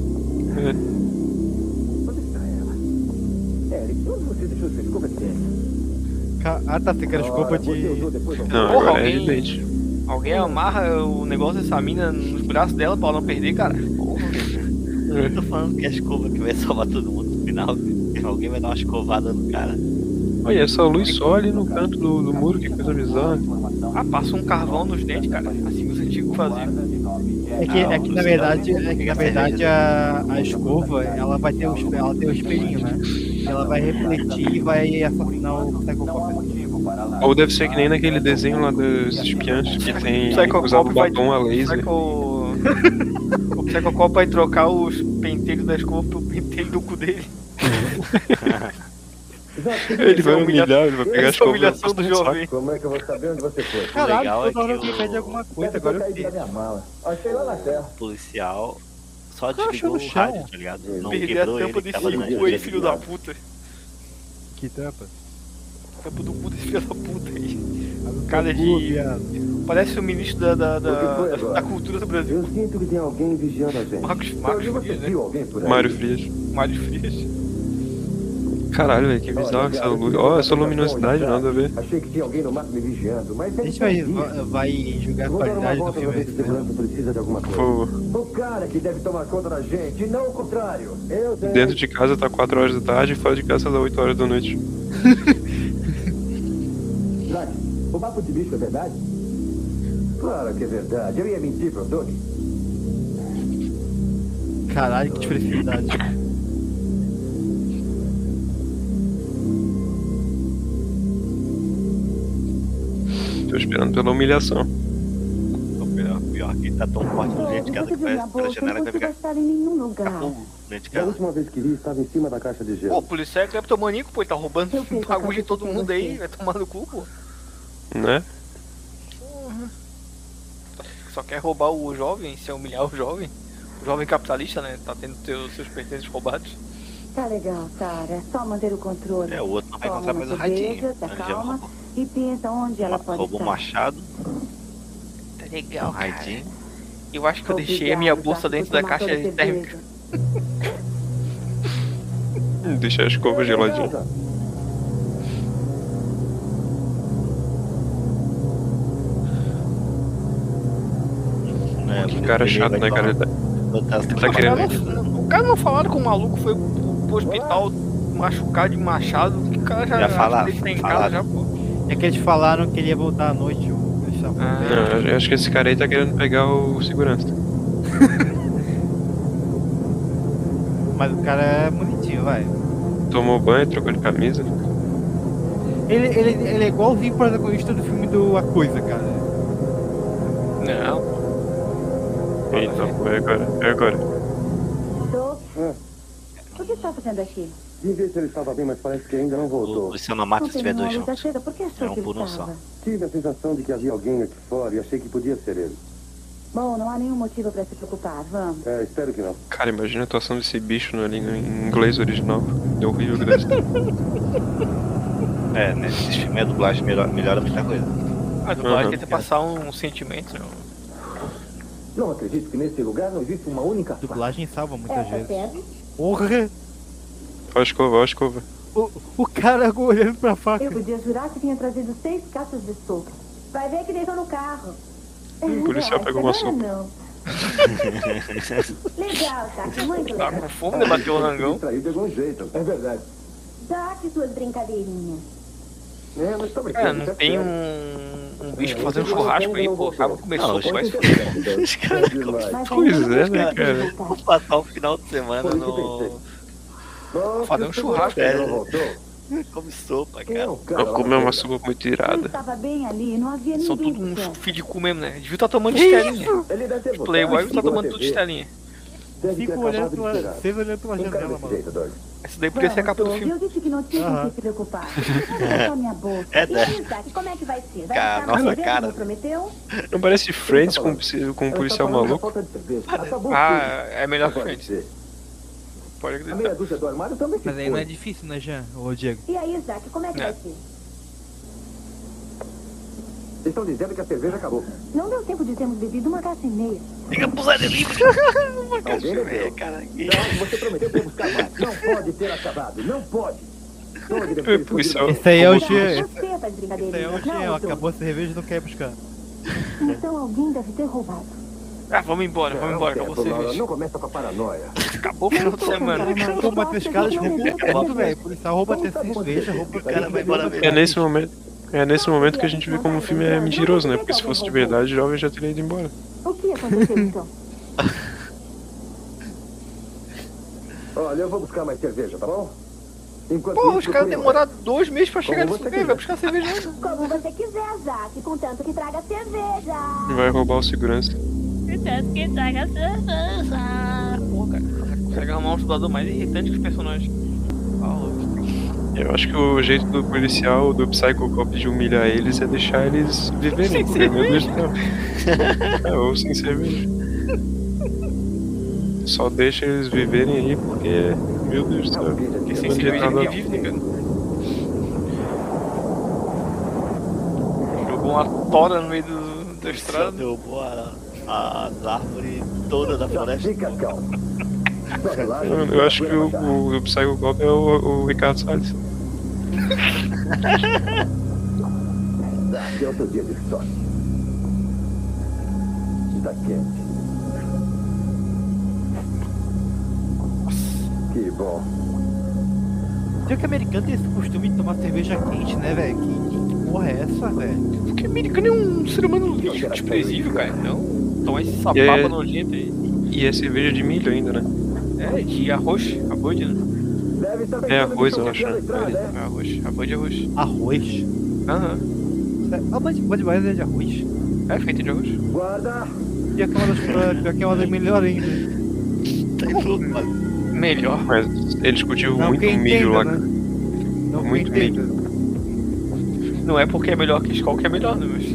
Onde está ela? Eric, onde você deixou sua escova de dente? Ah, tá, você quer escova Você usou de... depois do Não, Porra, agora é de alguém- dente. Alguém amarra o negócio dessa mina nos braços dela pra ela não perder, cara. Eu tô falando que é a escova que vai salvar todo mundo no final. Alguém vai dar uma escovada no cara. Olha, essa luz só ali no canto do muro, que coisa bizarra. Ah, passa um carvão nos dentes, cara. Assim que os antigos faziam. É que na verdade a escova, ela vai ter ela tem o espelhinho, né? Ela vai refletir e vai assassinar o Psychocop. Ou deve ser que nem naquele desenho lá dos espiãs, que tem usava o batom a laser. O Psychocop vai trocar os penteiros da escova pro penteiro do cu dele. Ele vai humilhar, ele vai pegar a Essa escova e humilhação do passar no saco. jovem. Como é que eu vou saber onde você foi? Caralho, legal é toda hora que você o- pede alguma coisa, Deve ter agora eu caído da sei. minha mala. Achei lá na terra. O policial só Cara, desligou achou o no chão. rádio, tá ligado? Não Perder a quebrou tampa ele, desse tava na cu aí, filho da puta. Que tampa? Tampa do cu desse filho da puta aí. Cara Pô, de... viado. Parece o ministro da cultura do Brasil. Eu sinto que tem alguém vigiando a gente. Marcos Você Frias, né? viu alguém por aí? Mário Frias. Mário Frias. Caralho, velho, que bizarro essa luz. Ó, essa luminosidade, nada a ver. Achei que tinha alguém no mato me vigiando, mas A gente vai julgar a Vou dar uma qualidade do volta pra filme. ver se segurança precisa de alguma Por coisa. favor. O cara que deve tomar conta da gente, não o contrário. Eu sei. Dentro de casa tá 4 horas da tarde e fora de casa tá 8 horas da noite. Zack, o papo de bicho é verdade? Claro que é verdade. Eu ia mentir pro Doug. Caralho, que felicidade. Tô esperando pela humilhação. Pior que ele tá tão forte no dentro de casa que minha parece pela janela que vai pegar estar em nenhum lugar. fogo dentro de A casa. última vez que vi, estava em cima da caixa de Pô, gelo. o policial é cleptomaníaco, pô, ele tá roubando Eu sei, bagulho de papai, todo eu mundo sei. aí, vai tomar no cu, pô. Né? Só quer roubar o jovem, se humilhar o jovem. O jovem capitalista, né? Tá tendo seus pertences roubados. Tá legal, Sarah. É só manter o controle. É, o outro não vai Toma encontrar mais o uma radinho. cerveja, tá Ele já calma roubou, e pensa onde ela pode roubou o estar. machado, Tá o legal, cara. radinho. Eu acho que eu deixei a minha Obrigado, bolsa Zack, dentro por da tomar caixa toda a térmica. cerveja. Deixar a escova geladinha. Né, Que cara chato, né, cara? Ele tá querendo. O cara não falaram que o maluco foi pro hospital machucado de machado. Que o cara já falaram, acho que ele tá em falaram. casa já, pô. É que eles falaram que ele ia voltar à noite. Eles estavam falando. Não, eu acho que esse cara aí tá querendo pegar o segurança. Mas o cara é bonitinho, vai. Tomou banho, trocou de camisa. Ele é igualzinho o protagonista do filme do A Coisa, cara. Não. Eita, pô, é agora. É agora. Doug, É. o que está fazendo aqui? Vim ver se ele estava bem, mas parece que ainda não O voltou. policial não mata Não se tiver tem dois uma luz juntos. acesa, por que achou É um que ele por um estava? só. Tive a sensação de que havia alguém aqui fora e achei que podia ser ele. Bom, não há nenhum motivo para se preocupar, vamos. É, espero que não. Cara, imagina a atuação desse bicho ali em inglês original. É horrível que deve ser. É, né? Esses filmes a dublagem melhora muita coisa. A dublagem Uhum. tenta passar um sentimento, né? Não acredito que nesse lugar não existe uma única faca. Dublagem salva muitas Essa vezes. serve? Porra! Ó a escova, ó a escova. O cara olhando pra faca. Eu podia jurar que tinha trazido 6 caixas de sopa. Vai ver que deixou no carro. O policial pegou uma sopa. Não. Legal, Jack, muito Tá legal. com fome, né? Bateu o rangão. Distrair de algum jeito. É verdade. Jack, suas brincadeirinhas. É, mas tá Cara, brincando. não tem um bicho pra fazer um churrasco aí, pô. Acaba de comer Não, sopa, vai se Os caras Mas Pois ainda é, não né, tem cara? que voltar. vão passar o final de semana no... fazer um churrasco. Come sopa, Quem é cara. o cara Vou lá comer fora? uma sopa muito Eu irada. estava bem ali, não havia São ninguém tudo por uns perto. filhos de cu mesmo, né? Devia estar tomando estelinha. Ele deve ter Playboy botado tá tomando na tudo TV. estelinha. Deve ter Fico acabado olhando de pela, tirar. vocês olhando pela Um cara janela, desse mano. jeito, Doug. Essa daí podia ser a capa do Doug, filme. eu disse que não tinha Aham. que se preocupar. Olha só minha bolsa. É, E aí, Jack, como é que vai ser? Vai Cara, ficar nossa, no governo, cara. como prometeu? Não parece Friends com um Ela tá policial falando da maluco? falta de cerveja. Acabou Ah, tudo. é melhor que Agora Friends. você. Pode A acreditar. meia dúzia do armário também se Mas aí não é foi. difícil, né, Jean? Ô, Diego. E aí, Jack, como é que É. vai ser? Estão dizendo que a cerveja acabou. Não deu tempo de termos bebido uma caixa e meia. Liga pro Zé Delivery. Alguém bebeu. Cara, Não, você prometeu para buscar mais. Não pode ter acabado. Não pode. Doug deve ter Policial. escondido. Esse aí é o Jack, Jean. você faz Esse aí é brincadeirinhas, o não, Jean. Doug. Acabou a cerveja e não quer ir buscar. Então alguém deve ter roubado. Ah, vamos embora, acabou a Não, cerveja. não começa com a paranoia. Acabou o final de semana. Rouba 3 caras, rouba tudo, velho. O policial rouba até cerveja, rouba O cara vai embora mesmo. É nesse momento que a gente vê como o filme é mentiroso, né? Porque se fosse de verdade, o jovem já teria ido embora. O que aconteceu então? Olha, eu vou buscar mais cerveja, tá bom? Enquanto Porra, isso, os caras procure demoraram 2 meses pra chegar Como nisso você aí, vai quiser. buscar cerveja ainda. Como você quiser, Jack, contanto que traga cerveja. Vai roubar o segurança. Porra, cara, consegue arrumar um dublador mais irritante que os personagens. Eu acho que o jeito do policial, do Psycho Cop de humilhar eles é deixar eles viverem, porque, meu Deus do céu. É, ou sem cerveja. Só deixa eles viverem aí, porque, meu Deus do céu. Porque sem Onde cerveja tá ninguém dando- vive, né, cara? Jogou uma tora no meio da Só estrada. derrubou as árvores todas da floresta. Fica calmo. Só relaxa. Eu acho que o Psycho Cop é o Ricardo Salles. Aqui é o seu dia de sorte. Está quente. Que bom. Diego que americano tem esse costume de tomar cerveja quente, né, velho? Que porra é essa, velho? Porque americano é um ser humano lixo, desprezível, cara. Não, tomar esse sapapa É. nojento aí. E é cerveja de milho ainda, né? É, de arroz, abode, né? Deve estar É pensando arroz, que eu estão acho. copiando a estrada, é? É arroz, abode de arroz. Arroz? Aham. Ah, mas Budweiser é de arroz. É feito de arroz. Guarda. Pior que é uma das melhores ainda. Tá louco, mas Melhor. Mas eles cultivam Não muito quem milho entenda, lá. né? Não quem Muito entenda. Não é porque é melhor que Skol que é melhor, né? Mas...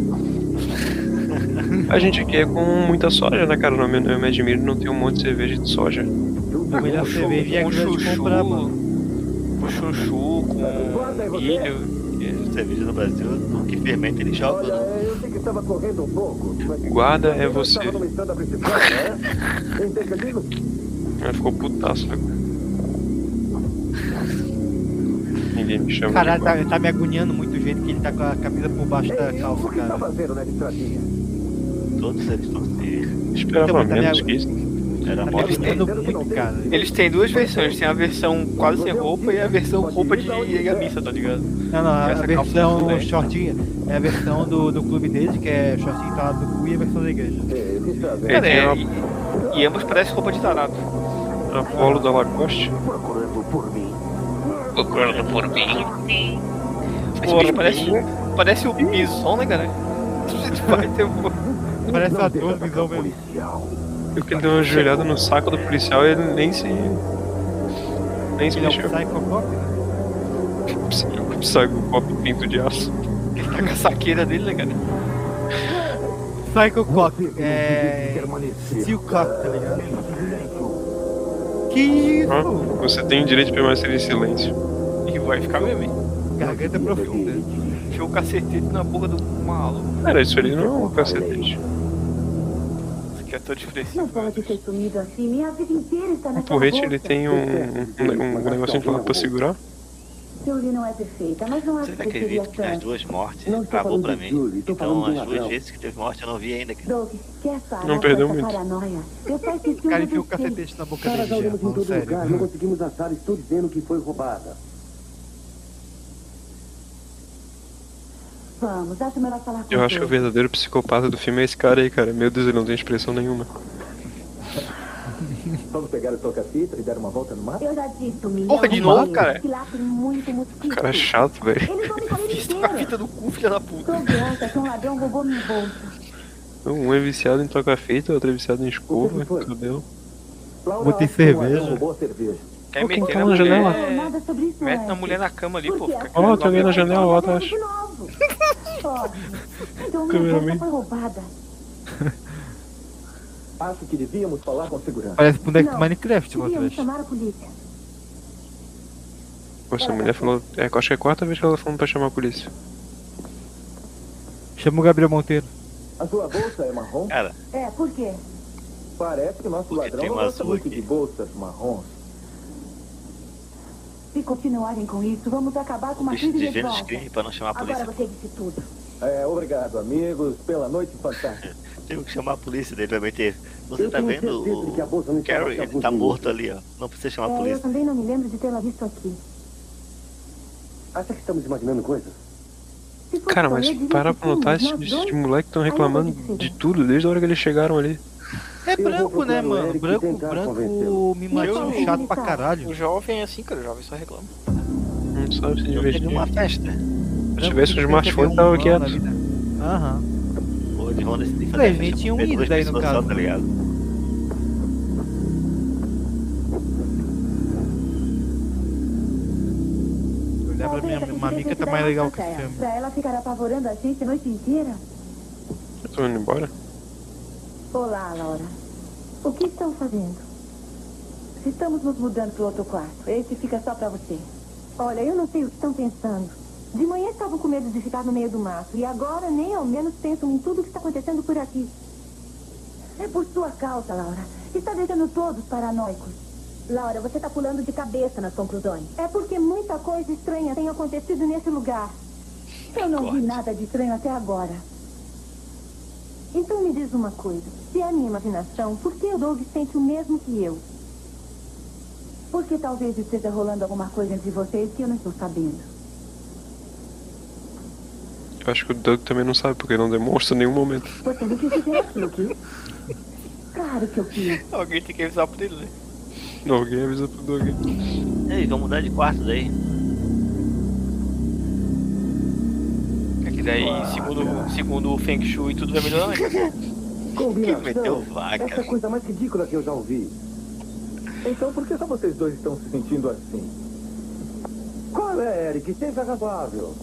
A gente aqui é com muita soja, né, cara? No meu de milho não tem um monte de cerveja de soja. A melhor cerveja é com que vai te chuchu, comprar, mano. com chuchu, com milho. cerveja no Brasil, o que fermenta ele joga. Olha, eu sei que estava correndo um pouco. Mas Guarda é eu você. estava numa estrada principal, né? Entendeu? Ela ficou putaço agora. Ninguém me chama. Caralho, de guarda. tá me agoniando muito o jeito que ele tá com a camisa por baixo da Ei, calça, o que está cara. fazendo nessa estradinha? Todos eles estão assim. Esperava Então, tá menos me- que isso. Era Tá me moda. agoniando muito, cara. Eles têm duas versões, tem a versão quase sem roupa e a versão roupa de ir à missa, tá ligado? Não, a Essa calça versão tudo bem. shortinha é a versão do clube deles, que é shortinho tá do cu, e a versão da igreja. Ei, o que está vendo? É, Cara, tem e ambos parecem roupa de tarado. a Polo da Lacoste. Procurando por mim. Esse bicho parece o Bison, né, cara? Vai ter um... Parece Não um ator deixa do Visão atacar o mesmo. policial. Eu que ele deu uma joelhada no saco do policial e ele nem se Ele é um mexeu. Psychocop, né? Psycho Cop pinto de aço. Ele tá com a saqueira dele, né, cara? Psychocop, é... Steel Cop, tá ligado? Que isso? Ah, você tem o direito de permanecer em silêncio. E vai ficar mesmo, hein? Garganta profunda. Enfiou o cacetete na boca do maluco. Cara, isso ali não é um cacetete. Isso aqui é todo expressivo. Não pode ter sumido assim. Minha vida inteira está O nessa porrete bolsa. ele tem um negocinho de lado pra segurar. Julie não é perfeita, mas não acho Você que não seria acredita que nas tanto. 2 mortes Não estou acabou falando pra de mim? Julie, estou Então falando do as 2 ladrão. vezes que teve morte eu não vi ainda, cara. Doug, quer parar Não com perdeu essa muito. paranoia? Eu só esqueci O cara um enfia o dos seis. cacetete na boca Cara, dele já já, olhamos em falando todo sério. lugar, não conseguimos achar. Estou dizendo que foi roubada. Vamos, acho melhor falar com Eu acho que o Doug. verdadeiro psicopata do filme é esse cara aí, cara. Meu Deus, ele não tem expressão nenhuma. Vamos pegar o toca-fita e dar uma volta no mar? Eu já disse, um Porra, de novo, cara? Que lá tem muito mosquito. Cara chato, velho. Eles vão me comer Fiz a inteiro. fita do cu, filha da puta. Doug acha que um ladrão roubou meu bolso. Um é viciado em toca-fita, outro é viciado em O que escova, foi? cabelo. Laura Botei acha que um cerveja. ladrão roubou a cerveja. Quer Pô, meter quem na tá na janela? Não, mulher. nada sobre isso, Mete na Eric. mulher na cama ali, pô. Porque Fica essa Ó, tem alguém na janela lá atrás. de novo. Óbvio. Então minha Cameraman. bolsa foi roubada. Acho que devíamos falar com segurança. Parece boneco do Não. Minecraft, Devíamos vocês. chamar a polícia. Pô, essa mulher falou. É, acho que é a quarta vez que ela falou pra chamar a polícia. Chama o Gabriel Monteiro. A sua bolsa é marrom? Cara, É, por quê? Parece que nosso Porque ladrão tem não uma gosta azul muito aqui. de bolsas marrons. Se continuarem com isso, vamos acabar com uma bicho crise de de Vênus volta. crime pra não chamar a Agora polícia. você disse tudo. Obrigado, amigos, pela noite fantástica. Tenho que chamar a polícia dele pra meter. Você Eu tá tenho vendo certeza de que a bolsa não o estava Carrie? com Ele tá algum morto dinheiro. ali, ó. Não precisa chamar a Eu polícia. também não me lembro de tê-la visto aqui. Acha que estamos imaginando coisas? Se fosse Cara, só mas eu, diria para que pra sim, notar, mas nós esses dois- moleques estão Aí eu reclamando vou dizer. de tudo desde a hora que eles chegaram ali. É Eu vou branco, né, procurar o mano? Eric e Branco, tentar branco, convencê-lo. mimadinho, Eu- chato pra caralho. O jovem é assim, cara. O jovem só reclama. Não sabe se Eu teve divertir. uma festa. Se tivesse um smartphone, tava quieto. Aham. Pô, de Honda tem que fazer Três, festa nem com tinham duas ido daí no pessoas só, caso. tá ligado? Olhar pra minha Talvez a mamica gente tá devesse mais dar legal uma que esse chance a ela, filme. Pra ela ficar apavorando a gente a noite inteira. Eu tô indo embora. Olá, Laura. O que estão fazendo? Estamos nos mudando pro outro quarto. Esse fica só pra você. Olha, eu não sei o que estão pensando. De manhã estavam com medo de ficar no meio do mato. E agora nem ao menos pensam em tudo o que está acontecendo por aqui. É por sua causa, Laura. Está deixando todos paranoicos. Laura, você está pulando de cabeça nas conclusões. É porque muita coisa estranha tem acontecido nesse lugar. Eu não vi nada de estranho até agora. Então me diz uma coisa. Se é minha imaginação, por que o Doug sente o mesmo que eu? Porque talvez esteja rolando alguma coisa entre vocês que eu não estou sabendo. Eu acho que o Doug também não sabe, porque não demonstra em nenhum momento. Você não quis dizer aquilo, quis? Claro que eu quis. Alguém tem que avisar pra ele, né? Alguém avisa pro Doug. Ei, vamos mudar de quarto daí. É que daí, segundo o Feng Shui, tudo vai melhorar, né? Quem meteu Combinação. vaca? Essa é a coisa mais ridícula que eu já ouvi. Então por que só vocês dois estão se sentindo assim? Qual é, Eric? Seja razoável.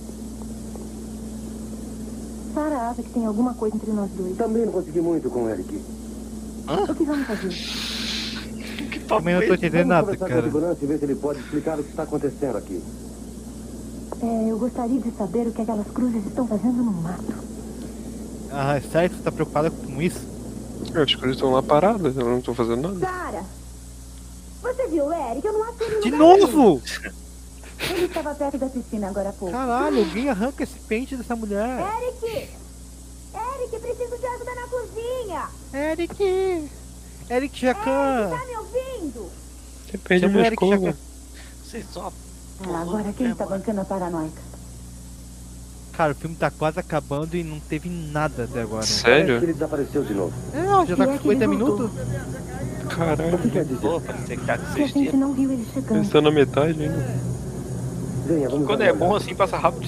Sarah acha que tem alguma coisa entre nós dois. Também não consegui muito com o Eric. O que vamos fazer? Que papo Também não tô é esse? entendendo Vamos nada, conversar com a cara. segurança e ver se ele pode explicar o que está acontecendo aqui. Eu gostaria de saber o que aquelas cruzes estão fazendo no mato. Ah, sério que você tá preocupada com isso? As coisas estão lá paradas, eu não tô fazendo nada. Sarah! Você viu o Eric? Eu não acho ele De no novo! Ele estava perto da piscina agora há pouco. Caralho, alguém arranca esse pente dessa mulher. Eric! Eric, preciso de ajuda na cozinha! Eric! Eric Jacan! Tá me ouvindo? Você perde Chama o minha Eric escova. Jacan. Vocês são uma Agora quem está bancando a paranoica? Cara, o filme tá quase acabando e não teve nada até agora. Parece que Sério? ele desapareceu de novo. Não, já tá E com é que ele 50 voltou. minutos? Caralho. O que quer dizer? Pô, parece que tá com Que a 6 gente dias. não viu ele chegando. Ele tá na metade ainda. Venha, vamos Quando dar é uma bom olhada. assim, passa rápido.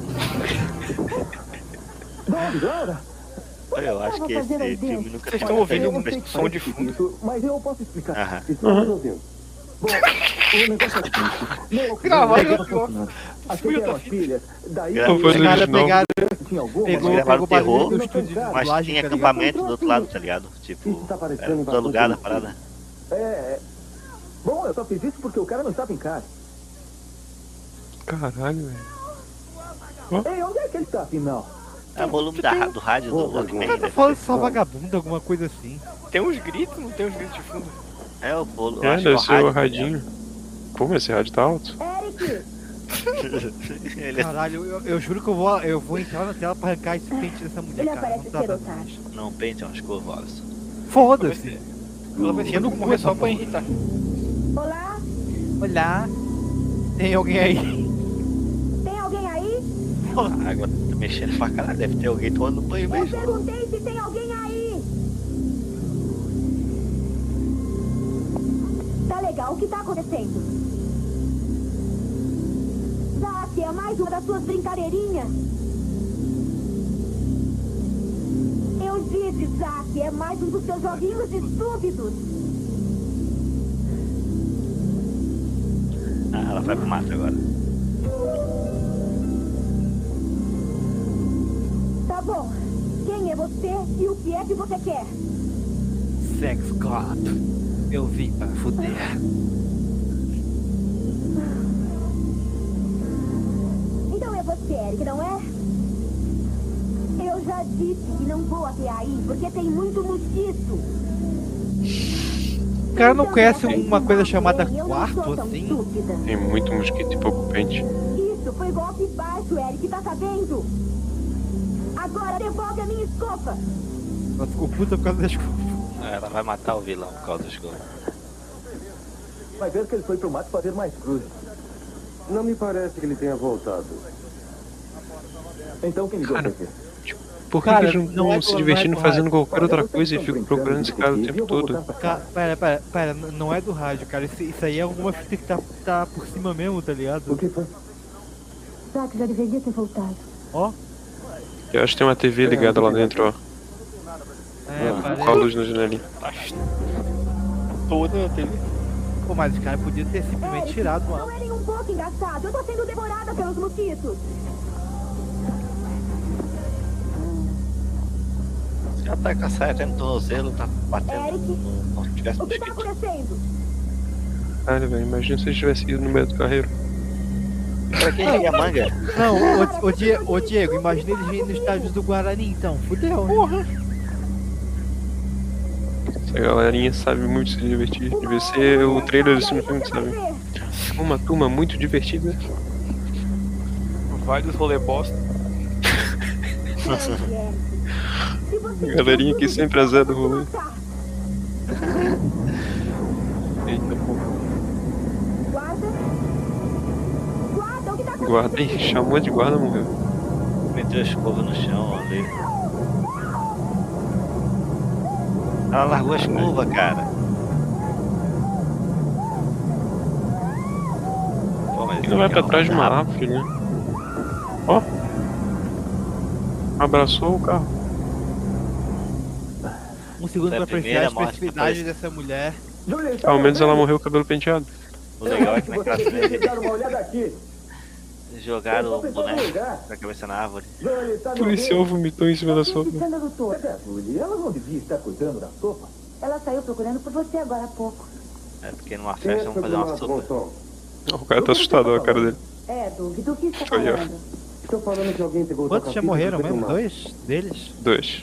Doug, Laura! Olha, eu acho que fazendo aí esse filme dentro? nunca Vocês foi estão ouvindo feito. um som de fundo. Isso, mas eu posso explicar. Aham. Estamos ouvindo. Bom, o negócio é o seguinte. Meu Gravaram não e estava funcionando. Achei que Fui eram eu as pilhas. Daí Gravou. eu Tô fazendo Cara, de novo. pegaram, tinha alguma. pegou, gravaram pegou o barulho terror, do estúdio de mas Mas dublagem, tinha tá ligado? acampamento do outro lado, tá ligado? Tipo, Isso tá parecendo era tudo invasão alugado a de parada. Bom, eu só fiz isso porque o cara não estava em casa. Caralho, velho. Ei, onde é que ele está, afinal? É o volume do rádio do Walkman. Cara, tá falando só vagabundo, alguma coisa assim. Tem uns gritos, não tem uns gritos de fundo. É o volume. É, acho que deve ser o rádio, radinho. Pô, mas esse rádio tá alto. Eric! Caralho, eu juro que eu vou entrar na tela pra arrancar esse pente dessa mulher, Ele cara. parece Não tá ser dando. otário. Não pente, é uma escova, Wallace. Foda-se. Ela vai ser no morrer só pra irritar. Olá? Olá. Tem alguém aí? Tem alguém aí? A água tá mexendo pra caralho, deve ter alguém tomando banho Eu mesmo. perguntei se tem alguém aí. Tá legal, o que tá acontecendo? Zack, é mais uma das suas brincadeirinhas. Eu disse, Zack, é mais um dos seus joguinhos estúpidos. Ah, ela vai pro mato agora. Tá bom. Quem é você e o que é que você quer? Sex God. Eu vim pra fuder. Então é você, Eric, não é? Eu já disse que não vou até aí, porque tem muito mosquito. O cara não Então, conhece essa uma coisa chamada eu não quarto, sou tão assim? estúpida. Tem muito mosquito e pouco pente. Isso foi golpe baixo, Eric, tá sabendo? Agora devolve a minha escopa. Ela ficou puta por causa das coisas. Ela vai matar o vilão por causa da escova. Vai ver que ele foi pro mato fazer mais cruzes. Não me parece que ele tenha voltado. Então quem ligou Cara, pra quê? Por que, Cara, que eles não não é estão se do- divertindo não é do fazendo qualquer outra Olha, coisa e vocês ficam estão procurando esse cara o brincando tempo de detetive, eu todo? vou botar Pera, não é do rádio, cara. Isso aí é alguma fita que tá por cima mesmo, tá ligado? O que foi? Zack já deveria ter voltado. Ó. Eu acho que tem uma TV ligada lá dentro, ó. É, Com a parece. luz na janelinha. Toda a TV. Pô, mas o cara podia ter simplesmente Eric, tirado não uma. é nem um pouco engraçado. Eu tô sendo devorada pelos mosquitos. Já tá com a saia até no tornozelo, tá batendo Eric? como se tivesse O que tá mosquito. acontecendo? Caralho, velho, imagina se eles tivessem ido no meio do carreiro. Pra quem é a manga? Não, ô Diego, imagina eles vindo nos estádios do Guarani, então. Fudeu, né? Porra. Essa galerinha sabe muito se divertir. Devia ser o trailer desse filme, sabe? Uma turma muito divertida. Vários rolê bosta. Galerinha que sempre azeda o rolê. Eita porra. Guarda. Guarda, o que tá acontecendo? Guarda aí, chamou de guarda, morreu. Meteu a escova no chão ali. Ela largou a escova, cara. Pô, mas Ainda vai pra ela trás de uma rápido. árvore, né? Ó. Abraçou o carro. Um segundo Foi pra a apreciar primeira a morte expressividade que dessa mulher. Ao menos ela morreu com o cabelo penteado. O legal é que naquela Você tem que cena dar uma olhada aqui. jogaram o Eu tô pensando no boneco lugar. com a cabeça na árvore. Ele tá O no policial vomitou em cima da sopa. Escândalo todo. Cadê a Julie? Ela não devia estar cuidando da sopa. Ela saiu procurando por você agora há pouco. É porque numa festa vamos fazer uma sopa. O cara tá assustado, ó, a cara dele. É, Doug, do que está Olha. falando? Estou falando que alguém pegou Quantos já morreram mesmo? 2 deles? 2.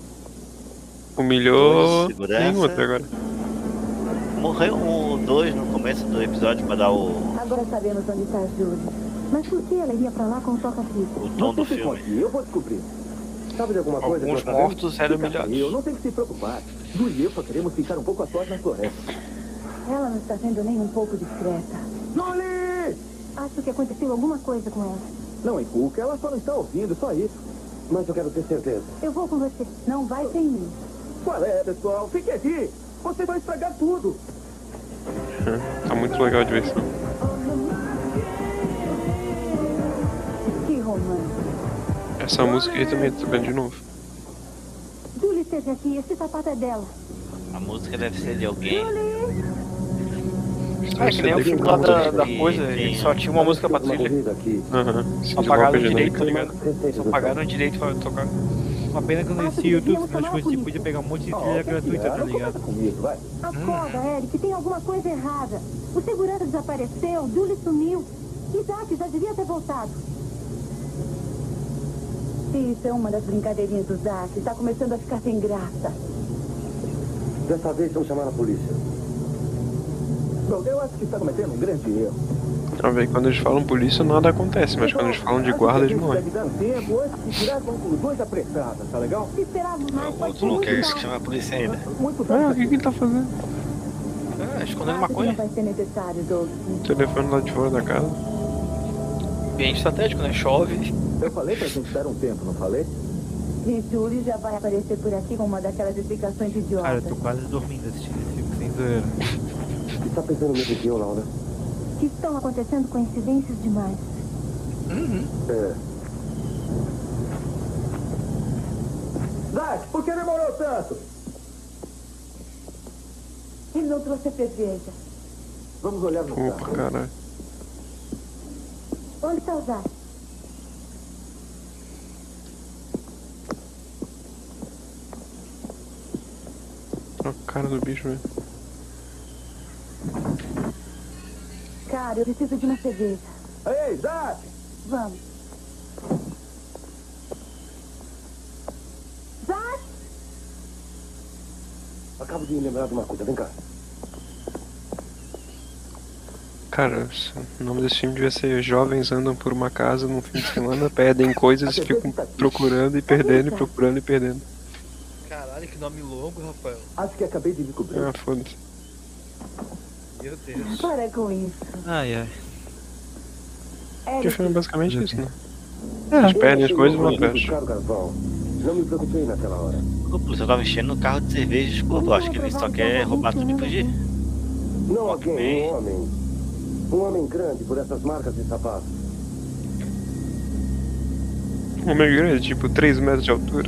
Humilhou Dois, segurança. nenhum até agora. Morreu dois no começo do episódio pra dar o Agora sabemos onde está a Julie. Mas por que ela iria pra lá com o toca-fita? tom do Você filme. pode ir, eu vou descobrir. Sabe de alguma coisa? Alguns que eu sabia? mortos eram Fica humilhados. frio, não tem que se preocupar. Julie e eu só queremos ficar um pouco a sós na floresta. Ela não está sendo nem um pouco discreta. Julie! Acho que aconteceu alguma coisa com ela. Não encuca, ela só não está ouvindo, só isso. Mas eu quero ter certeza. Eu vou com você. Não vai sem mim. Qual é, pessoal? Fique aqui. Você vai estragar tudo. Tá muito legal a diversão. Que romance. Essa música aí também tá tocando de novo. Julie esteve aqui. Esse sapato é dela. A música deve ser de alguém. É que nem o filme lá da coisa, ele só tinha uma música pra Uma trilha. corrida aqui. Aham. Só Cindy pagaram Lauper o genérico, direito, tá ligado? só pagaram o direito pra tocar. Uma pena que eu não existia YouTube, senão a gente podia pegar um monte de trilha gratuita, tá ligado? Comigo, vai. Acorda, Eric. Tem alguma coisa errada. O segurança desapareceu. Julie sumiu. Isaac já devia ter voltado. Isso é uma das brincadeirinhas do Zack. Está começando a ficar sem graça. Dessa vez vamos chamar a polícia. Bom, eu acho que está cometendo um grande erro. Não, velho, quando eles falam polícia nada acontece, mas quando eles falam de guarda eles morrem. Deve dar tempo antes de tirar conclusões apressadas, tá legal? Se esperarmos mais, pode Tu não quer que chame a polícia ainda? Muito Ah, o que ele tá fazendo? Escondendo Não maconha. vai ser necessário, Doug. Telefone lá de fora da casa. Bem estratégico, né? Chove. Eu falei pra gente dar um tempo, não falei? E Julie já vai aparecer por aqui com uma daquelas explicações Cara, eu idiotas. tô quase dormindo assistindo esse filme sem zoeira. Você tá pensando mesmo que eu, Laura? Que estão acontecendo coincidências demais. É. Zack, por que demorou tanto? Ele não trouxe a cerveja. Vamos olhar no Opa, carro. caralho. Onde está o Zack? Olha a cara do bicho, velho. Cara, eu preciso de uma cerveja. Ei, Zack! Vamos. Zack! Acabo de me lembrar de uma coisa, vem cá. Cara, o nome desse filme devia ser Jovens Andam por uma Casa num fim de semana, perdem coisas e ficam procurando e perdendo, e procurando e perdendo. Caralho, que nome longo, Rafael. Acho que acabei de descobrir. Ah, foda-se. Meu Deus. Para com isso. Ai, ai. Que filme é basicamente isso, né? É. Eles perdem as coisas e vão atrás. buscar o carvão. Não me preocupei naquela hora. O policial tava enchendo no carro de cerveja. Desculpa, eu acho que ele só quer roubar tudo e fugir. Não Ok. alguém, um homem. Um homem grande por essas marcas de sapatos. Um homem grande, tipo 3 metros de altura.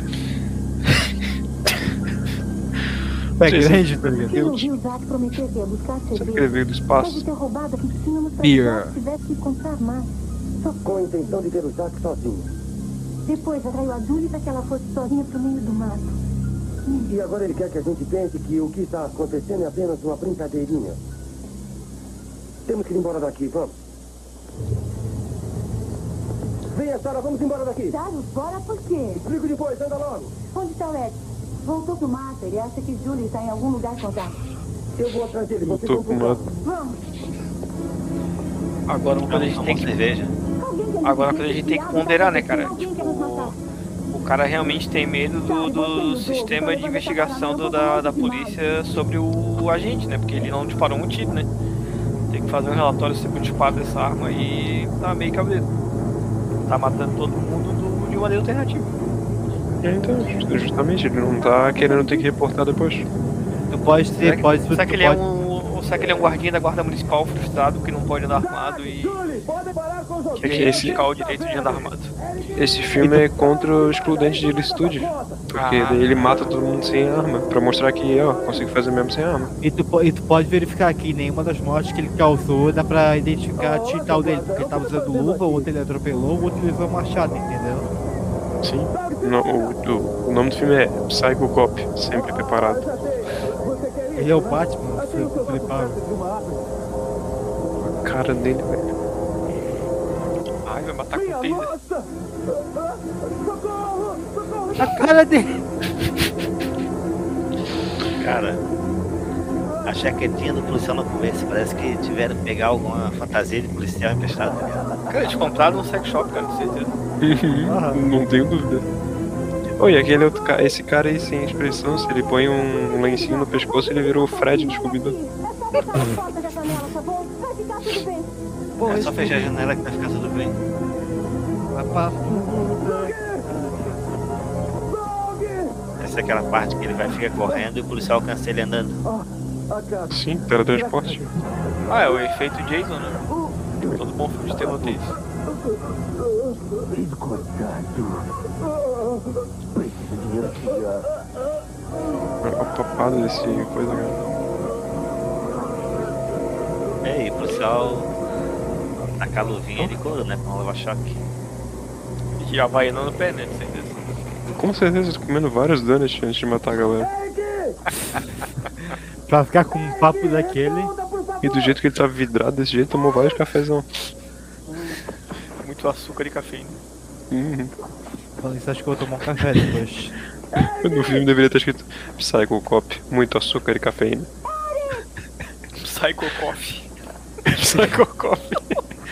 É Sim, sim. grande, tá ligado? Você não viu o Zack prometer que ia buscar Será que ele cerveja? veio do Pode espaço? ter roubado o que tínhamos para Beer. se tivesse que encontrar mais. Só Com a intenção de ter o Jack sozinho. depois atraiu a Julie para que ela fosse sozinha pro meio do mato. E agora ele quer que a gente pense que o que está acontecendo é apenas uma brincadeirinha. Temos que ir embora daqui, vamos. Venha, Sarah, vamos embora daqui. Charles, bora por quê? Explico depois, anda logo. Onde está o Ed? Voltou pro mato. Ele acha que Julie está em algum lugar com o Zack. Eu vou atrás dele, você Tô compra com um medo. carro. Vamos. Agora uma coisa a gente tem que. cerveja. Agora uma coisa a gente tem que ponderar, né, cara? Tipo, o cara realmente tem medo do sistema de investigação da polícia sobre o agente, né? Porque ele não disparou um tiro, né? Tem que fazer um relatório sobre o disparo dessa arma e tá meio cabreiro. Tá matando todo mundo de maneira alternativa. Então, justamente, ele não tá querendo ter que reportar depois. Tu pode ter, pode Será que ele é um guardinha da guarda municipal frustrado que não pode andar armado e Julie, pode parar com os que outros. quer reivindicar o direito de andar armado? Esse filme é contra o excludente de ilicitude. Porque daí ele mata todo mundo sem arma. Pra mostrar que, ó, consigo fazer mesmo sem arma. E tu pode verificar que nenhuma das mortes que ele causou dá pra identificar digital dele, porque ele tava usando luva, o outro ele atropelou, o outro ele usou machado, entendeu? Sim. O nome do filme é Psycho Cop, sempre preparado. Ele é o Batman, você prepara. A cara dele, velho. Ai, vai matar com Minha taser. nossa! Socorro! Socorro! A cara dele! Cara, a jaquetinha do policial no começo. Parece que tiveram que pegar alguma fantasia de policial emprestada. Cara, eles compraram no sex shop, cara, com certeza. Não tenho dúvida. Oi, aquele outro cara, esse cara aí sem expressão, se ele põe um lencinho no pescoço, ele virou o Fred do Scooby-Doo. É só fechar a porta da janela, tá bom? Vai ficar tudo bem. É só fechar a janela que vai ficar tudo bem. Essa é aquela parte que ele vai ficar correndo e o policial alcança ele andando. Sim, teletransporte. Ah, é o efeito Jason, né? Todo bom filme de terror tem isso. A papada desse coisa, cara. É, e o policial tacar a luvinha de couro, né? Pra não levar choque. E havaiana no pé, né? Com certeza. Com certeza, eu tô comendo vários donuts antes de matar a galera. Pra ficar com um papo daquele. E do jeito que ele tá vidrado desse jeito, tomou vários cafezão. Muito açúcar e cafeína. Falando isso, acho que eu vou tomar um café depois. No filme deveria ter escrito Psycho Cop, muito açúcar e cafeína. Psycho Coffee. Psycho Cop.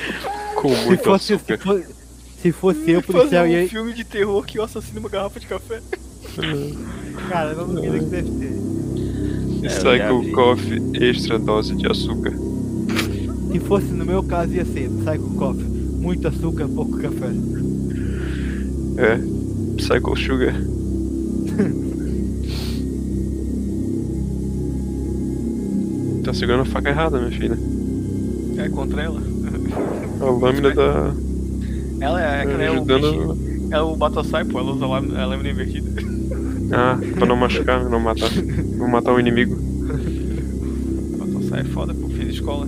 Com muito açúcar. Se fosse eu, Fazer policial, um ia. filme de terror que o assassino uma garrafa de café. Cara, eu não duvido que deve ter. Psycho Coffee, extra dose de açúcar. Se fosse no meu caso, ia ser Psycho Coffee. Muito açúcar, pouco café. É, Psycho Sugar. Tá segurando a faca errada, minha filha. É contra ela. A lâmina da. Ela é aquela ajudando. É o Batosai, pô, ela usa a lâmina invertida. Ah, pra não machucar, não matar. Não matar o inimigo. Batosai é foda, pô, fiz escola.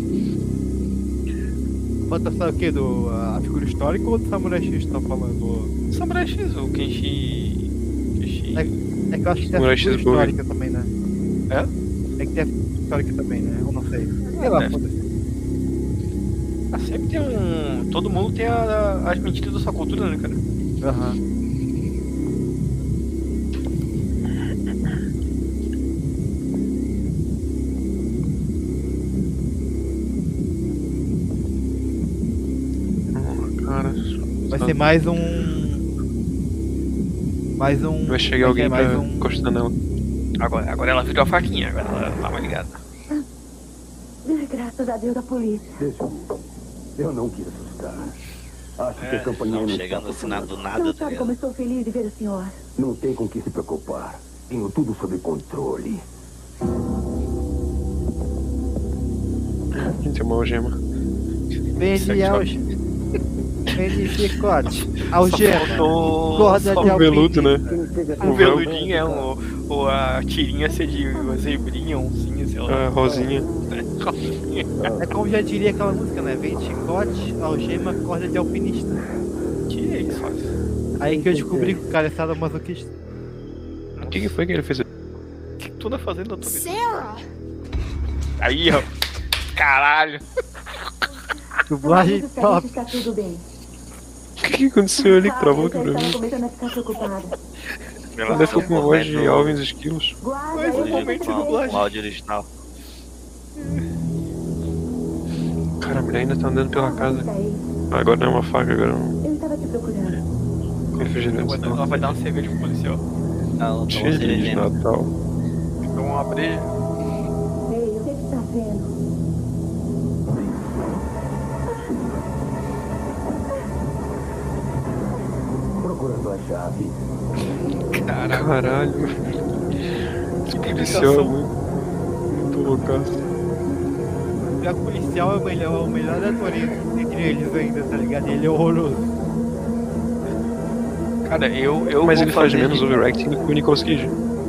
Bota só o que? A figura histórica ou do Samurai X que tá falando? Samurai X, o Kenshi. É que eu acho que tem a Samurai figura X Burger. histórica também, né? É? É que tem a figura histórica também, né? Eu não sei. Sei lá, deve. foda-se. Ah, sempre tem um. Todo mundo tem as mentiras da sua cultura, né, cara? Aham. Cara. Vai ser mais um. Vai chegar alguém mais pra encostar nela. Agora ela virou a faquinha, agora ela tá mais ligada. Graças a Deus, a polícia. Deixa eu não quis assustar. Acho que a campainha Não não chegando está assim nada do Você nada, não tá sabe como ligado? eu estou feliz de ver o senhor. Não tem com que se preocupar. Tenho tudo sob controle. Tem uma algema. Vende algema. Vende chicote. Algema. Faltou Corda só de Um veludo, né? um veludinho, ou a tirinha ser de uma zebrinha, oncinha, sei lá. A rosinha. É como já diria aquela música, né? Vende chicote, algema, corda de alpinista. Que é isso, faz? Aí que eu descobri que o cara é sadomasoquista. O que foi que ele fez? O que tu tá fazendo na tua vida? Sarah! Aí, ó. Caralho. Dublagem Avisa se a top. gente está tudo bem. O que aconteceu ali que travou aqui Eu pra estava mim? começando a ficar preocupada. Ele ficou com uma voz de Alvin dos Esquilos. Guarda, Mas eu o vou momento perceber. dublagem. O áudio original. Cara, a mulher ainda tá andando pela casa. Tá aí. Agora não é uma faca, agora é um Eu estava te procurando. refrigerante. Ela vai dar uma cerveja pro policial. Não, Cheio de cervejinha. Natal. Então uma breja. Ei, o que está vendo? Procurando a chave. Caralho. Caralho. Esse policial é muito loucaço. O policial é o melhor ator entre eles ainda, tá ligado? Ele é horroroso. Cara, eu Mas vou ele faz fazer menos overacting do que o Nicolas Cage.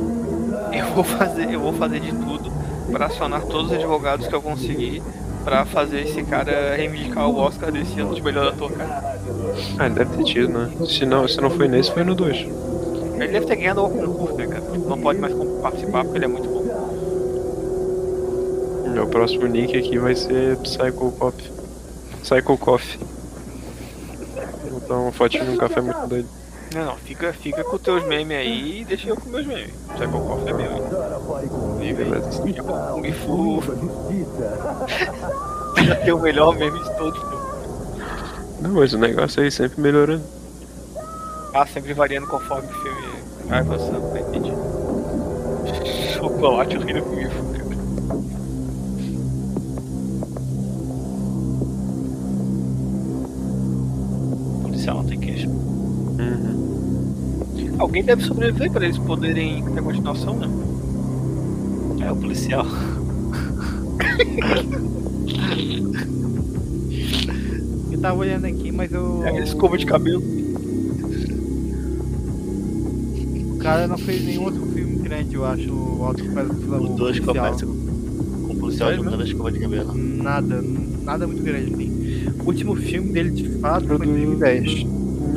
Eu vou fazer de tudo pra acionar todos os advogados que eu conseguir pra fazer esse cara reivindicar o Oscar desse ano de melhor ator, cara. Ah, ele deve ter tido, né? Se não foi nesse, foi no 2. Ele deve ter ganhado o concurso, né, cara? Não pode mais participar porque ele é muito bom. O próximo nick aqui vai ser Psycho Pop. Psycho Coffee. Vou botar uma fotinha num café muito doido. Não, fica com os teus memes aí e deixa eu com meus memes. Já que o cofre é meu, hein? Vive aí. Kung Fu. Já tem o melhor meme de todos. Não, mas o negócio aí sempre melhorando. Ah, sempre variando conforme o filme vai avançando, né? Entendi. Chocolate, o rei do Kung Fu, cara. O policial não tem queijo. Alguém deve sobreviver para eles poderem ter continuação, né? É o policial. Eu tava olhando aqui, mas eu. É escova de cabelo. O cara não fez nenhum outro filme grande, eu acho. O Alto Os dois começam com o policial jogando a escova de cabelo. Nada muito grande, assim. O último filme dele, de fato, foi em 2010.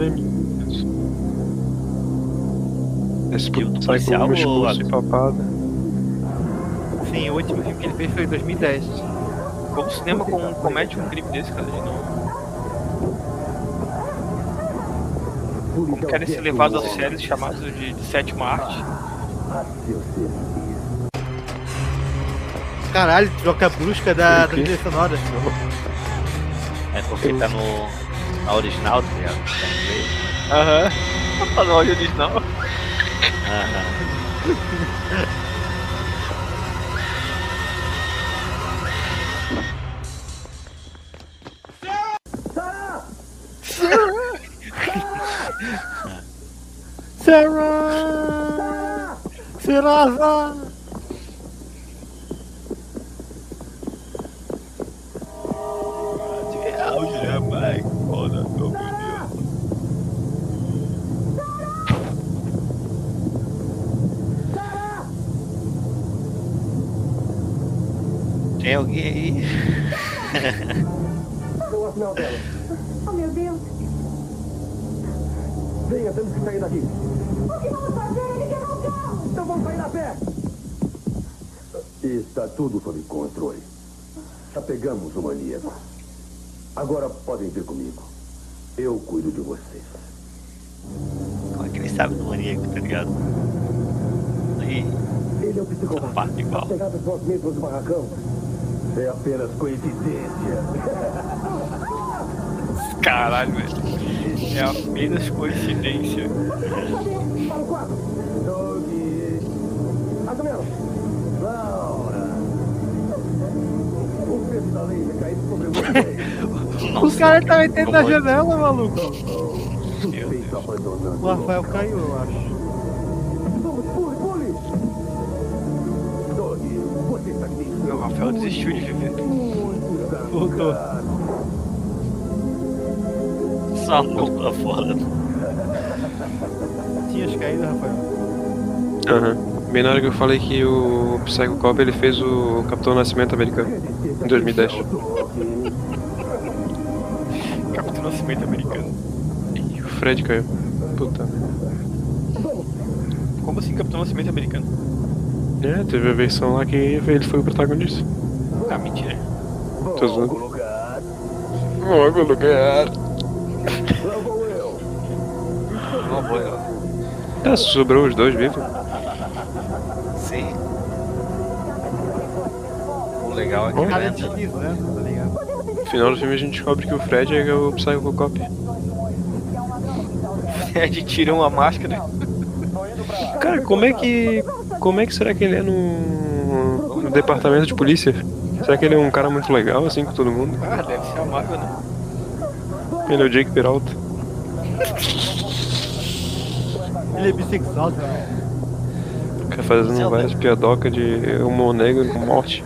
Esse E o do Psycho policial, musculoso ou- e papada. Sim, o último filme que ele fez foi em 2010. Como o cinema comete um crime desse, cara, de novo. Como querem ser levados a séries chamadas de sétima arte. Caralho, troca brusca da O quê? trilha sonora. É Porque tá na original, tá ligado? Tá em inglês. Aham. Tá no áudio original. Aham. Sarah! Sarah! Áudio, rapaz. Foda, meu Deus. Tem alguém aí? Não há sinal dela. Oh, meu Deus. Venha, temos que sair daqui. O que vamos fazer? Ele quebrou o carro. Então vamos sair a pé. Está tudo sob controle. Já pegamos o maníaco. Agora podem vir comigo. Eu cuido de vocês. Como é que ele sabe do maníaco, tá ligado? Aí, Ele é o psicopata. pá, igual. Pegadas só as mesmas do barracão. É apenas coincidência. Caralho, velho. É apenas coincidência. Para o quarto. Doug. Agamemnon. Laura. O peso da lei vai cair sobre vocês. Os caras tá metendo na janela, maluco. Suspeito abandonando. O Rafael caiu, eu acho. Vamos, pule. Doug, você está aqui. O Rafael desistiu de viver. Voltou. Só a mão pra fora. Tinhas caído, Rafael? Aham. Bem na hora que eu falei que o Psycho Cop ele fez o Capitão Nascimento americano em 2010. Capitão Nascimento americano. E o Fred caiu. Puta. Como assim Capitão Nascimento americano? É, teve a versão lá que ele foi o protagonista. Ah, mentira. Tô zoando. Lugar. Algum lugar. Lá vou eu. Não vou, eu. Ah, sobrou os dois vivos. Sim. O legal é que Bom. ele Cara entra. deslizando, tá ligado? No final do filme a gente descobre que o Fred é o Psycho Cop. Fred tira uma máscara. Cara, como é que será que ele é no departamento de polícia? Será que ele é um cara muito legal, assim, com todo mundo? Ah, deve ser amável, né? Ele é o Jake Peralta. Ele é bissexual, né? Fica fazendo várias piadocas de humor negro com morte.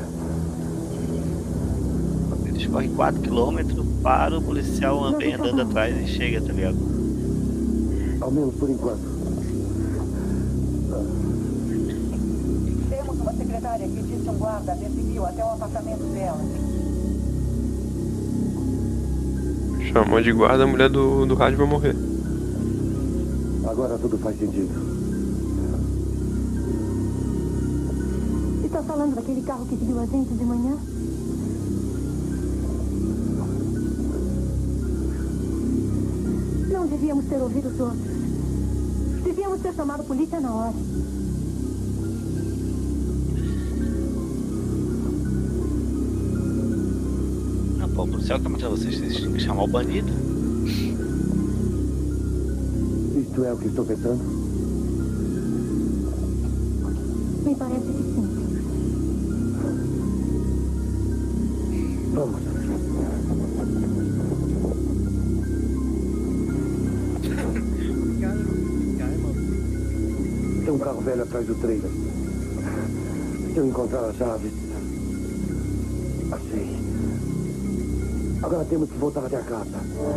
Eles correm 4km, para o policial vem andando atrás e chega, tá ligado? Ao menos por enquanto. Temos uma secretária que diz que um guarda perseguiu até o apartamento dela. Chamou de guarda, a mulher do rádio vai morrer. Agora tudo faz sentido. Está falando daquele carro que seguiu a gente de manhã? Não devíamos ter ouvido os outros. Devíamos ter chamado a polícia na hora. Não, pô, o policial tá matando vocês, vocês têm que chamar o bandido. Isto é o que estou pensando? Me parece que sim. Vamos. Tem um carro velho atrás do trailer. Se eu encontrar as chaves... Achei. Agora temos que voltar até a casa.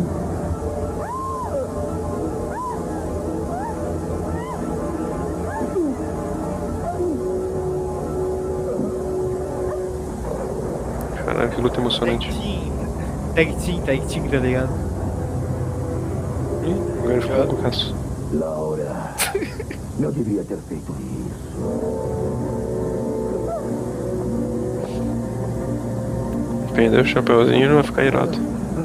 Caralho, que luta emocionante. Tag team, tá ligado? Ih, agora ficou loucaço. Laura, não devia ter feito isso. Prendeu o chapeuzinho e não vai ficar irado.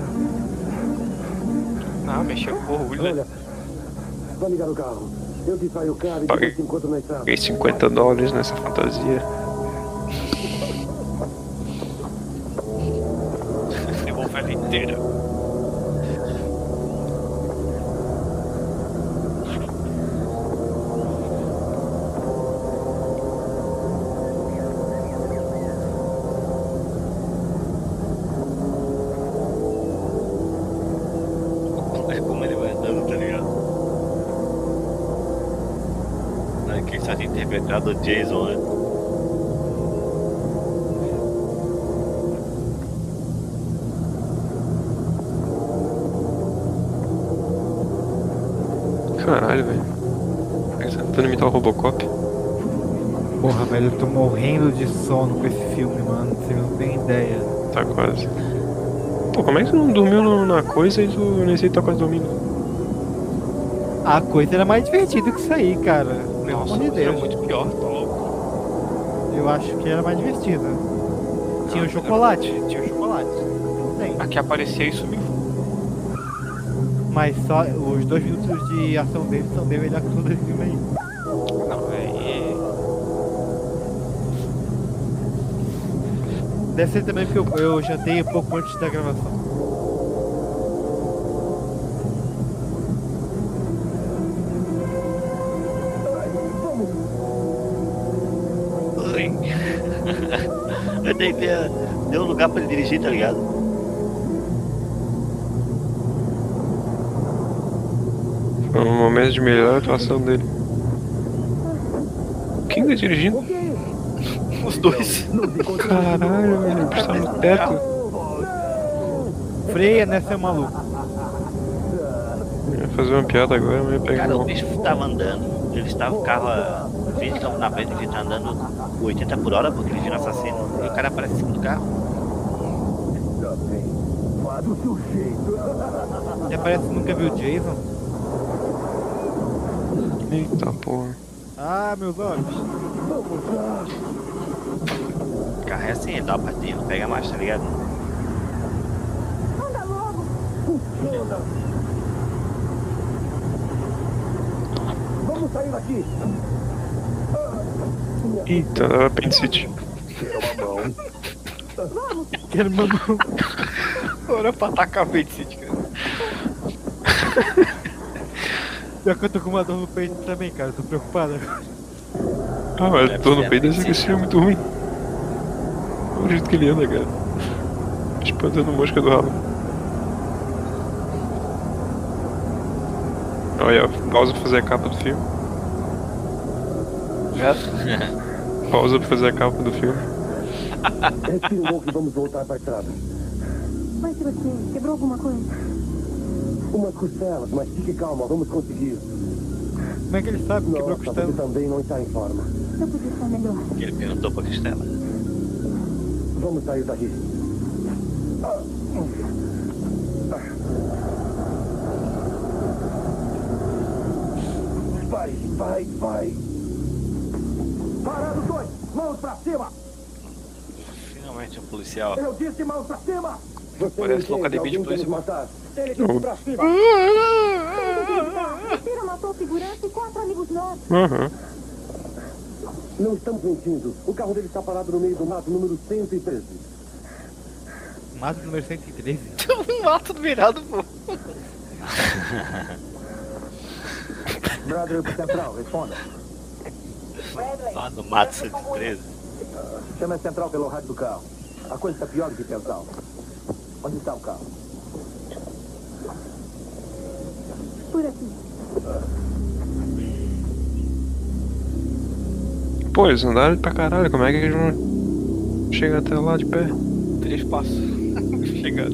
Ah, mexeu com o orgulho, né? Olha, vai ligar o carro. Eu distraio o cara e Paguei. depois te encontro na estrada. Paguei $50 nessa fantasia. Devolver ela inteira. Ele só tinha interpretado o Jason, né? Caralho, velho. Ele tá tentando imitar o Robocop. Porra, velho, eu tô morrendo de sono com esse filme, mano. Você não tem ideia. Tá quase. Pô, como é que tu não dormiu na coisa e tu nem sei que tá quase dormindo? A coisa era mais divertida que isso aí, cara. Pelo Nossa, amor de era Deus. muito pior, tá louco. Eu acho que era mais divertida. Tinha o chocolate. Tinha o chocolate. Não tem. Aqui apareceu e sumiu. Mas só os 2 minutos de ação dele são bem melhor que todo esse filme aí. Não, velho. Deve ser também porque eu jantei um pouco antes da gravação. Oi. Eu dei um lugar pra ele dirigir, tá ligado? Foi um momento de melhor atuação dele. Quem tá dirigindo? Os dois. Caralho, velho. Está no teto. Freia, né, seu maluco? Eu ia fazer uma piada agora, mas ia pegar Cara, o mal. bicho tava andando. Ele estava o carro a 20 km na frente, ele tá andando 80 por hora porque ele vira um assassino. E o cara aparece em cima do carro. Vá do seu jeito. Já parece que nunca viu o Jason. Eita porra. Ah, meus olhos. O carro é assim, ele dá uma partida, não pega mais, tá ligado? Anda logo. Vamos sair daqui. Eita, dava apendicite. Quero uma mão. Ora pra atacar o City, cara. Pior que eu tô com uma dor no peito também, cara. Eu tô preocupado agora. Ah, mas tô no peito desse que esse filme é muito ruim. Olha o jeito que ele anda, cara. Espantando mosca do rabo. Olha, pausa pra fazer a capa do filme. Pausa pra fazer a capa do filme. Respire um pouco e vamos voltar para a estrada. Mas se você quebrou alguma coisa? Umas costelas, mas fique calma, vamos conseguir. Como é que ele sabe que quebrou a Nossa, costela? você também não está em forma. Eu podia estar melhor. Ele perguntou pra Cristela. Vamos sair daqui. Vai, vai, vai. Parados dois, mãos pra cima. Finalmente um policial. Eu disse mãos pra cima. Você Parece não louca entende, de alguém polícia. quer nos matar. Ele disse pra cima. O Ciro matou o segurança e 4 amigos nossos. Aham. Não estamos mentindo. O carro dele está parado no meio do mato, número 113. Mato número 113. Um mato virado, pô. Bradley pro central, responda. Lá no mato 113. Chama a central pelo rádio do carro. A coisa está pior do que pensava. Onde está o carro? Por aqui. Pô, eles andaram pra caralho, como é que eles vão chegar até lá de pé? 3 passos. Chegando.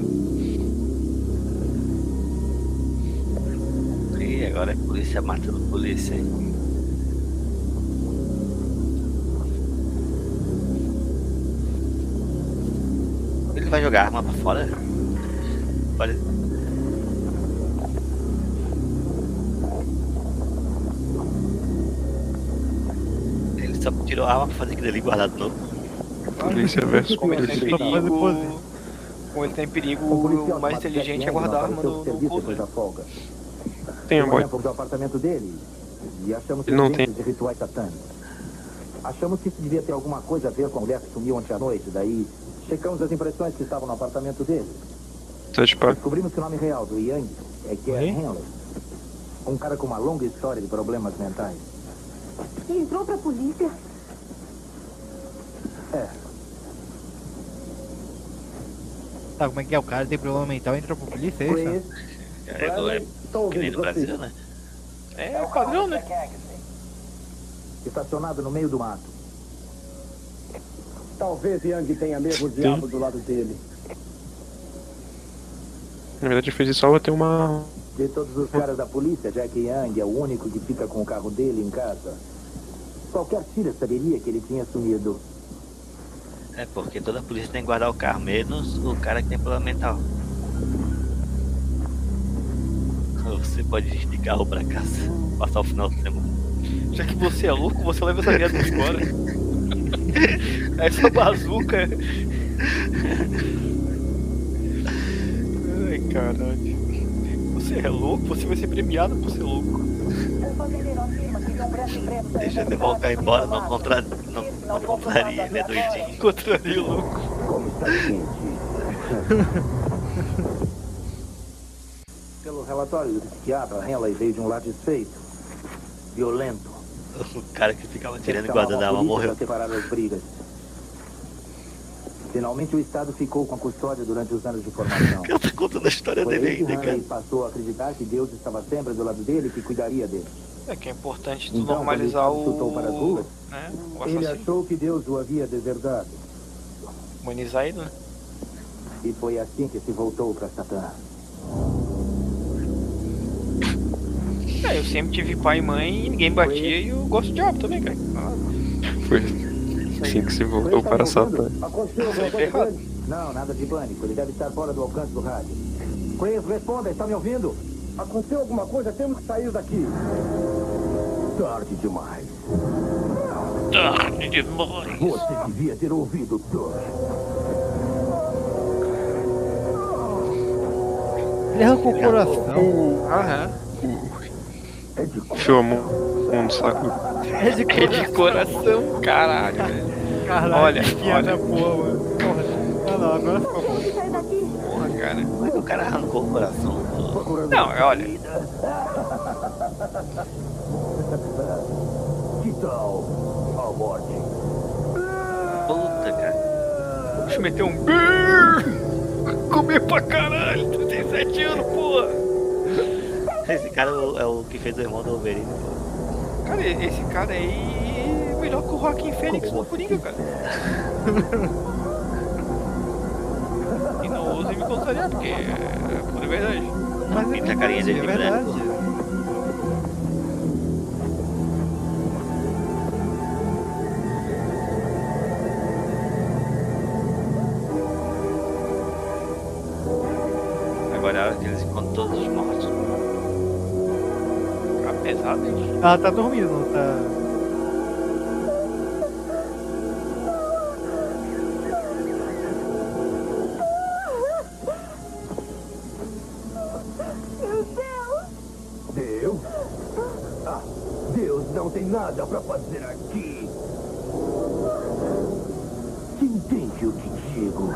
E agora é polícia matando polícia, hein? Ele vai jogar a arma pra fora? Pode... Ele só tirou a arma pra fazer aquilo ali guardado de novo. Polícia versus Como ele tá em polícia. perigo. Como ele tá em perigo, o mais inteligente é guardar a arma no coldre. Tem a boy. do apartamento dele e achamos Ele não tem. de rituais satânicos. Achamos que isso devia ter alguma coisa a ver com a mulher que sumiu ontem à noite. Daí checamos as impressões que estavam no apartamento dele. Descobrimos que o nome real do Yang é Gary Henley. Um cara com uma longa história de problemas mentais. E entrou pra polícia? É. Tá, como é que é? O cara tem problema mental e entrou pra polícia, é isso? É que nem no Brasil, né? É o padrão, né? estacionado no meio do mato. Talvez Yang tenha mesmo o diabo do lado dele. Na verdade, ele fez isso só pra ter uma... De todos os caras da polícia, Jack Yang é o único que fica com o carro dele em casa. Qualquer tira saberia que ele tinha sumido. É porque toda a polícia tem que guardar o carro, menos o cara que tem problema mental. Você pode ir de carro pra casa, passar o final de semana. Já que você é louco, você leva essa merda embora. Essa bazuca. Ai, caralho. Você é louco? Você vai ser premiado por ser louco. Deixa eu levar o carro embora, não compraria, ele é doidinho. Encontraria o louco. Como está quente. Pelo relatório do psiquiatra, Henley veio de um lar desfeito, violento. O cara que ficava tirando e guardando a arma morreu. Separar as brigas. Finalmente o Estado ficou com a custódia durante os anos de formação. O cara tá contando a história dele ainda, cara. Ele passou a acreditar que Deus estava sempre do lado dele e que cuidaria dele. É que é importante tu Então, normalizar chutou para as ruas, né, o ele assassino. achou que Deus o havia deserdado. Humanizar ele, né? E foi assim que se voltou para Satã. É, eu sempre tive pai e mãe e ninguém batia e eu gosto de diabo também, cara. Foi assim que se voltou para Satã. Aconteceu alguma coisa grande? Não, nada de pânico. Ele deve estar fora do alcance do rádio. Chris, responda. Está me ouvindo? Aconteceu alguma coisa? Temos que sair daqui. Tarde demais. Tarde demais. Você devia ter ouvido tudo. Ele arrancou o coração. Aham. Enfiou a mão no saco. É de É de coração, caralho, velho. Caralho, Olha, que piada olha. boa, mano. Porra, ah, não, agora ficou bom. Porra, cara. Como é que o cara arrancou o coração? Não, olha. Que tal a morte? Puta, cara. Deixa eu meter um... Comer pra caralho, tu tem 7 anos, porra. Esse cara é o que fez o irmão do Wolverine, pô. Cara, esse cara aí é melhor que o Joaquin Fênix no Coringa, cara. E não ouse me contrariar, porque é pura verdade. Mas Pinta a carinha dele de branco. Agora é a hora que eles encontram todos os mortos. Tá pesado, hein? Ela tá dormindo, não tá? Deus? Ah, Deus não tem nada para fazer aqui. Entende o que digo?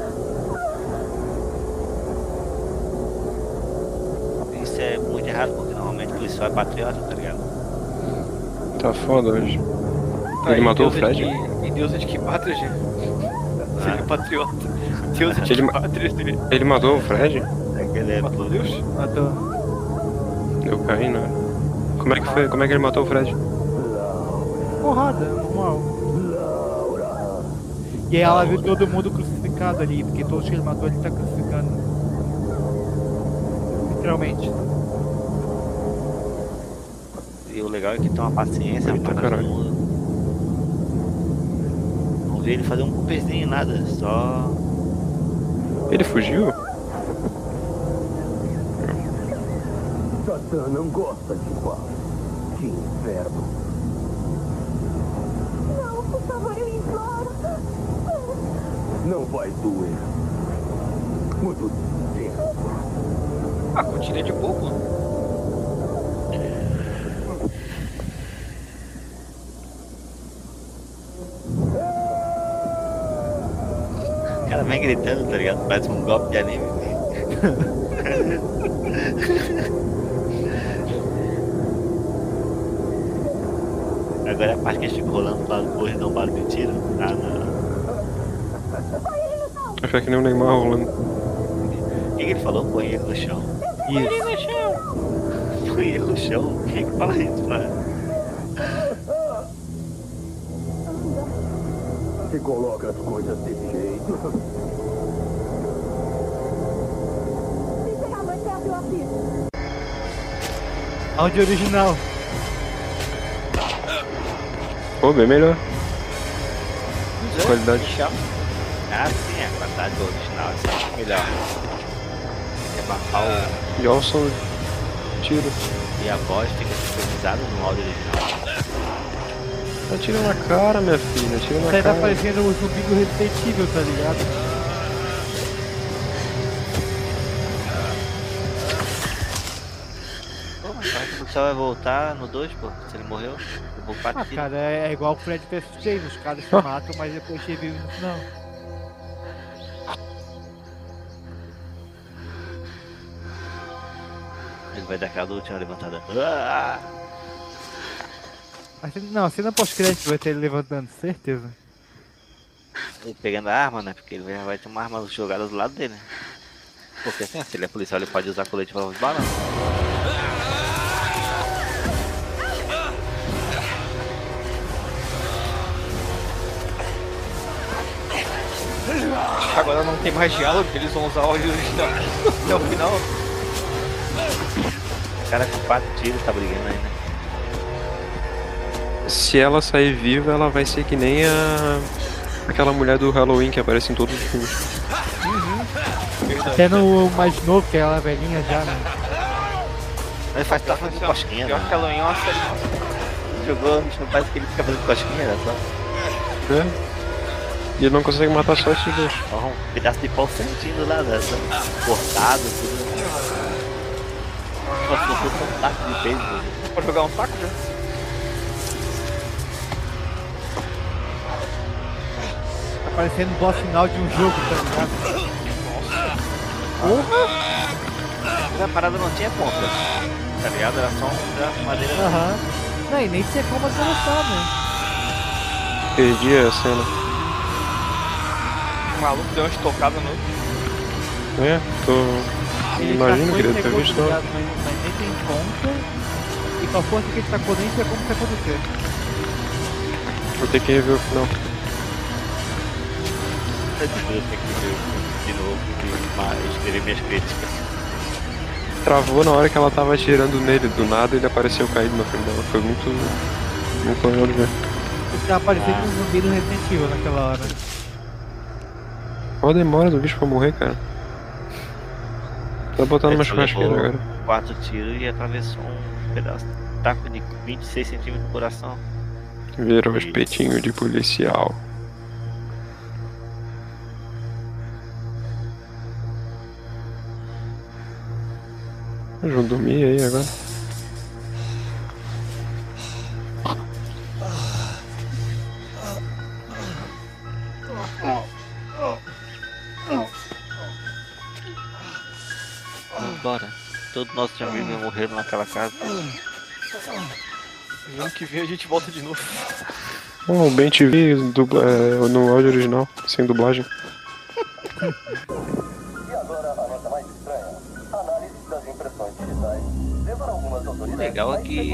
Isso é muito errado, porque normalmente o policial é patriota, tá ligado? Tá foda hoje. Tá, Ele e matou o Deus é de Fred? que- E Deus é de que pátria, gente? Se ele é patriota. Deus é de Ele que ma- pátria, se ele Ele matou o Fred? É que ele é matou Deus? Matou. Eu caí, né? Como é que foi? Como é que ele matou o Fred? Porrada, normal. E aí ela viu todo mundo crucificado ali, porque todos que ele matou ele tá crucificando. Literalmente. E o legal é que tem uma paciência Eita, pra todo caralho. mundo. Não vi ele fazer um cupezinho, nada, só. Ele fugiu? Satã não gosta de paz. Que inferno. Não, por favor, eu imploro. Não vai doer. Muito tempo. Ah, continua de bobo. O cara vem gritando, tá ligado? Parece um golpe de anime. Agora é a parte que eles ficam rolando lá no corpo e dão barulho de tiro. Ah, não. Acho que nem o Neymar rolando. O que ele falou? Põe ele no chão. Isso. Põe ele no chão? Quem que fala isso, cara? você coloca as coisas desse jeito? Se chegar mais perto, eu aviso. Áudio original. Pô, bem melhor. Qualidade. Ah, sim, a qualidade do original é sempre melhor. É marcar E olha o som. Tiro. e a voz fica sincronizada no áudio original. Atira na cara, minha filha. Atira na Isso aí tá cara. parecendo o zumbi do Resident Evil, tá ligado? Pô, mas será que o policial vai voltar no 2, pô? Se ele morreu, eu vou Ah, partir. cara, é igual o Fred vs Jason, os caras se matam, mas depois revivem no final. Ele vai dar aquela última levantada. Ah! Não, a cena pós-crédito vai ter ele levantando, certeza. Ele pegando a arma, né? Porque ele vai ter uma arma jogada do lado dele, né? Porque assim, se ele é policial, ele pode usar colete para os balas. Agora não tem mais diálogo, eles vão usar o áudio original até o final. O cara com 4 tiros tá brigando aí, né? Se ela sair viva, ela vai ser que nem aquela mulher do Halloween que aparece em todos os filmes. Até no mais novo, que é ela velhinha já, né? Ele faz tá fazendo cosquinha, Pior né? que Halloween é uma série nossa. Jogou, parece que ele fica fazendo cosquinha, né? Só. É? E ele não consegue matar só esses dois. Ó, um pedaço de pau sentindo lá, né? Cortado, tudo. Nossa, não fosse um taco de peso. Pode jogar um taco já? Tá parecendo o boss final de um jogo, tá ligado? Mas a parada não tinha ponta, tá ligado? Era só um pedaço de madeira. Aham. Não, e nem tinha como atravessar, né? Perdi a cena. O maluco deu uma estocada no outro. É, tô. Ele Imagino tacou que e ele ter pegou, visto. tá ligado? Mas nem tem ponta. E com a força que ele tacou, nem tinha como isso acontecer. Vou ter que rever o final. Eu tenho que ver de novo, mas escrever minhas críticas. Travou na hora que ela tava atirando nele, do nada ele apareceu caído na frente dela. Foi muito legal de ver. Ele tava parecendo um zumbi do Resident Evil naquela hora. Olha a demora do bicho pra morrer, cara. Tá botando Ele uma só churrasqueira levou agora. 4 tiros e atravessou um pedaço. Taco de 26 centímetros no coração. Virou espetinho de policial. Vamos dormir aí agora. Bora. Todos nossos amigos morreram naquela casa. E ano que vem a gente volta de novo. Oh, o Ben TV no áudio original, sem dublagem. O legal é que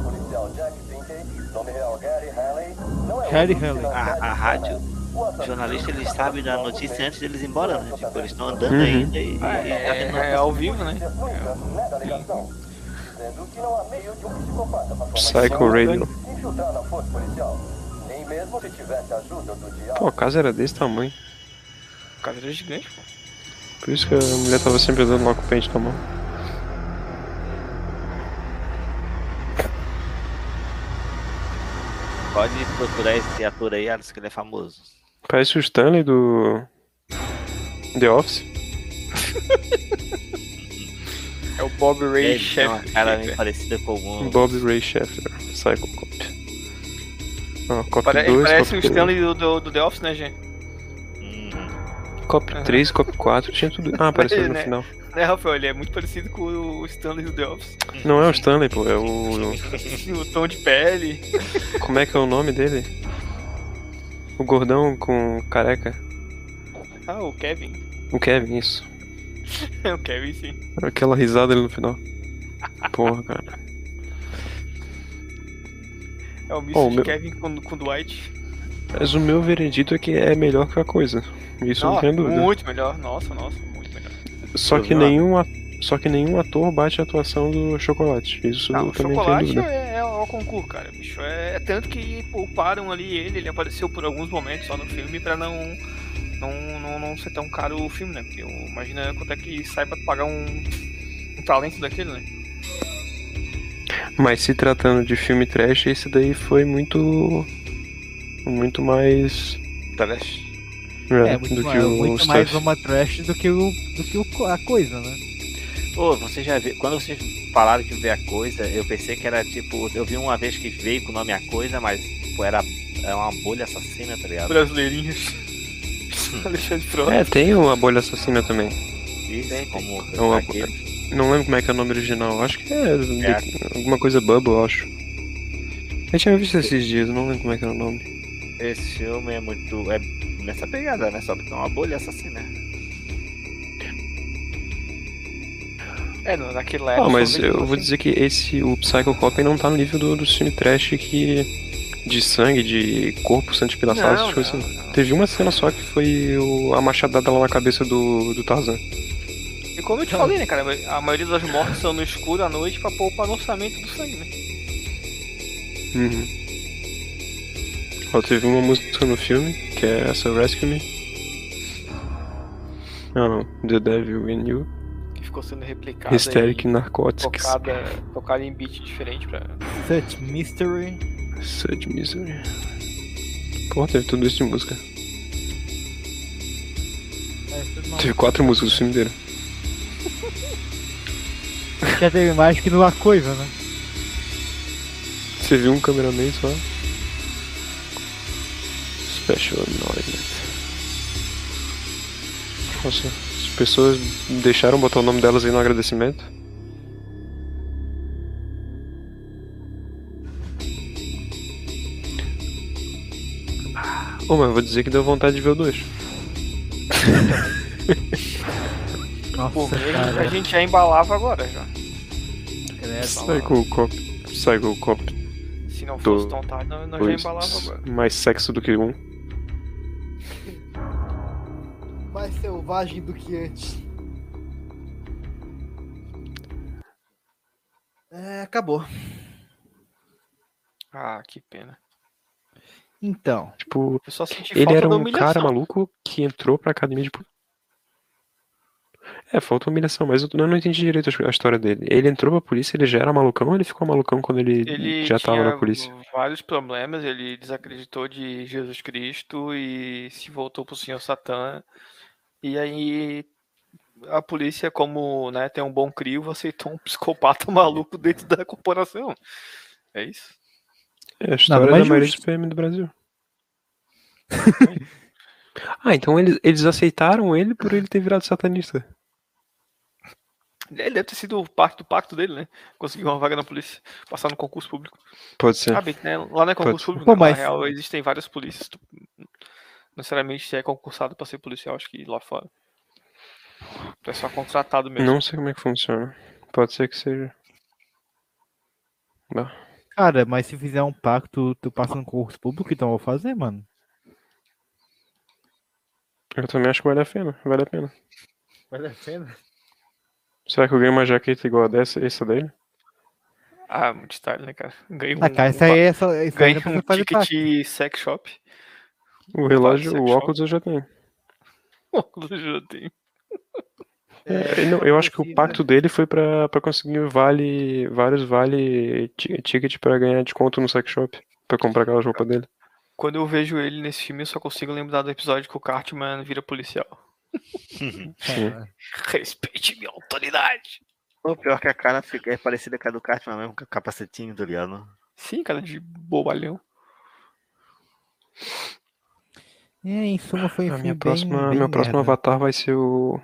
Harry Halley. a rádio, o jornalista ele sabe da notícia antes deles ir embora, né? Tipo, eles estão andando Uhum. ainda e tá tendo É ao vivo, né? Psycho Radio. Pô, a casa era desse tamanho. O cara era gigante, pô. Por isso que a mulher tava sempre andando lá com o pente na mão. Pode procurar esse ator aí, Alisson, que ele é famoso. Parece o Stanley do The Office. É o Bob Ray Ele tem uma Chef. cara bem parecida com algum. Bob Ray Sheffer, Psycho Cop. Ó, Cop Ele 2, parece Cop o 3, Stanley do The Office, né, gente? Cop 3, Cop 4, tinha tudo. Ah, apareceu no Né? final. É, Rafael, ele é muito parecido com o Stanley do The Office. Não é o Stanley, pô, é o... O tom de pele. Como é que é o nome dele? O gordão com careca. Ah, o Kevin. O Kevin, isso. O Kevin, sim. Aquela risada ali no final. Porra, cara. É o misto Oh, de meu- Kevin com Dwight. Mas o meu veredito é que é melhor que a coisa. Isso não tem dúvida. Muito melhor. Nossa, muito melhor. Só que nenhum ator bate a atuação do Chocolate. Isso Não, o também tem Chocolate dúvida. é o concurso, cara. Bicho, é tanto que pouparam ali ele apareceu por alguns momentos só no filme pra não ser tão caro o filme, né? Porque imagina quanto é que sai pra pagar um talento daquele, né? Mas se tratando de filme trash, esse daí foi muito mais Trash. Muito do que o muito mais Stuff. uma trash do que a coisa, né? Pô, você já viu. Quando vocês falaram que veio a coisa, eu pensei que era tipo. Eu vi uma vez que veio com o nome A Coisa, mas pô, era uma bolha assassina, tá ligado? Brasileirinhos. Alexandre Frota. É, tem a Bolha Assassina também. Isso, como É uma- aquele. Não lembro como é que é o nome original. Acho que é alguma coisa Bubble, eu acho. Eu tinha visto esses dias, não lembro como é que era o nome. Esse filme é muito. É nessa pegada, né? Só porque é uma bolha assassina. Naquela época. Mas eu vou dizer que o Psycho Cop não tá no nível do filme trash de sangue, de corpo sendo despedaçado, essas coisas assim. Não. Teve uma cena só que foi a machadada lá na cabeça do Tarzan. E como eu te falei, né, cara? A maioria das mortes são no escuro à noite pra poupar no orçamento do sangue, né? Uhum. Ó, teve uma música no filme, que é essa Rescue Me. Não, The Devil in You. Que ficou sendo replicada Hysteric e Narcotics. tocada em beat diferente pra... Such Mystery. Such Misery. Pô, teve tudo isso de música. Teve 4 músicas do filme inteiro. Já teve mais que numa coisa, né? Você viu um cameraman só? Special Acknowledgement. Nossa, as pessoas deixaram botar o nome delas aí no agradecimento. Mas eu vou dizer que deu vontade de ver o 2. Nossa, A gente já embalava agora, já. Psycho Cop. Se não fosse tão tarde, nós já embalava agora. Mais sexo do que um. Mais selvagem do que antes. Acabou. Ah, que pena. Então. Tipo, Eu só senti ele falta era da um humilhação. cara maluco que entrou pra academia de... falta humilhação, mas eu não entendi direito a história dele. Ele entrou pra polícia, ele já era malucão ou ele ficou malucão quando ele já tava na polícia? Tinha vários problemas, ele desacreditou de Jesus Cristo e se voltou pro Senhor Satã. E aí a polícia, como, né, tem um bom crivo, aceitou um psicopata maluco dentro da corporação. É isso? É a história da maioria dos PM do Brasil. Então eles aceitaram ele por ele ter virado satanista. Ele deve ter sido parte do pacto dele, né? Conseguiu uma vaga na polícia, passar no concurso público. Pode ser. Ah, bem, né? Lá não é concurso público, Pô, né? mas... Na real, existem várias polícias. Necessariamente você é concursado pra ser policial, acho que lá fora. É só contratado mesmo. Não sei como é que funciona. Pode ser que seja. Não. Cara, mas se fizer um pacto, tu passa no concurso público, então eu vou fazer, mano. Eu também acho que vale a pena. Vale a pena. Vale a pena? Será que eu ganho uma jaqueta igual a essa daí? Ah, muito style, né, cara? Ganhei cara, isso aí ganhei um ticket sex shop. O relógio, o óculos eu já tenho. O óculos eu já tenho. Eu acho que o pacto dele foi pra conseguir vários ticket pra ganhar desconto no sex shop. Pra comprar aquelas roupas dele. Quando eu vejo ele nesse filme, eu só consigo lembrar do episódio que o Cartman vira policial. Respeite minha autoridade. O pior que a cara é parecida com a do Cartman mesmo, com o capacetinho, tá ligado? Sim, cara de bobalhão. Em suma foi Meu próximo avatar vai ser o...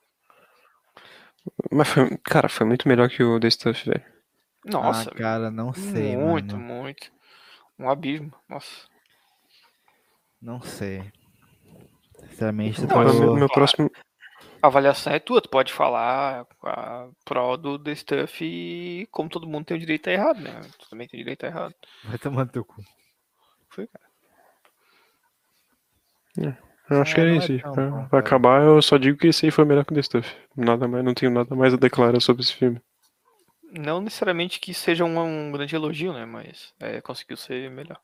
Mas foi muito melhor que o The Stuff, velho. Nossa. Cara, não sei, muito, mano. muito. Um abismo, nossa. Não sei. Sinceramente, meu próximo... A avaliação é tua, tu pode falar a pró do The Stuff e como todo mundo tem o direito a errado, né? Tu também tem o direito a errado. Vai tomar no teu cu. Foi, cara. Eu acho que era não isso. é tão bom, Pra cara. acabar, eu só digo que esse aí foi melhor que The Stuff. Nada mais, não tenho nada mais a declarar sobre esse filme. Não necessariamente que seja um grande elogio, né? Mas conseguiu ser melhor.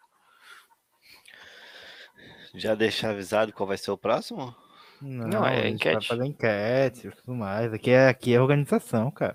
Já deixar avisado qual vai ser o próximo? Não, A gente vai fazer enquete e tudo mais. Aqui é organização, cara.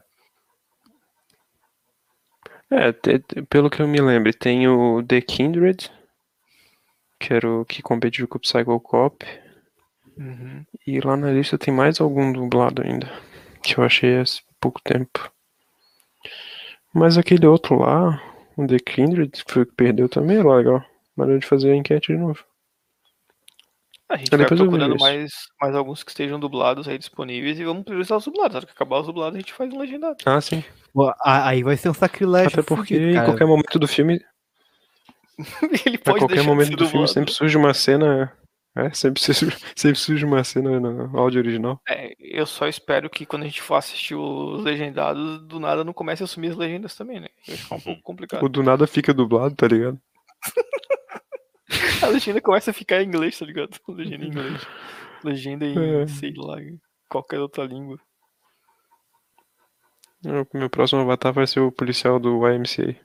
Pelo que eu me lembro, tem o The Kindred, que era o que competiu com o Psycho Cop. Uhum. E lá na lista tem mais algum dublado ainda, que eu achei há pouco tempo. Mas aquele outro lá, o The Kindred, que foi o que perdeu também, era legal. Mas a gente fazer a enquete de novo. A gente Aí vai depois eu procurando vejo isso. mais alguns que estejam dublados aí disponíveis e vamos priorizar os dublados. Na hora que acabar os dublados, a gente faz um legendado. Ah, sim. Pô, aí vai ser um sacrilégio Até porque fudido, em cara. qualquer momento do filme, Ele a pode qualquer deixar de momento ser do filme dublado. sempre surge uma cena. Sempre surge uma cena no áudio original. Eu só espero que quando a gente for assistir os legendados, do nada não comece a assumir as legendas também, né? Vai ficar um pouco complicado. O do nada fica dublado, tá ligado? A legenda começa a ficar em inglês, tá ligado? Legenda em inglês. Legenda em, sei lá, qualquer outra língua. O meu próximo avatar vai ser o policial do YMCA.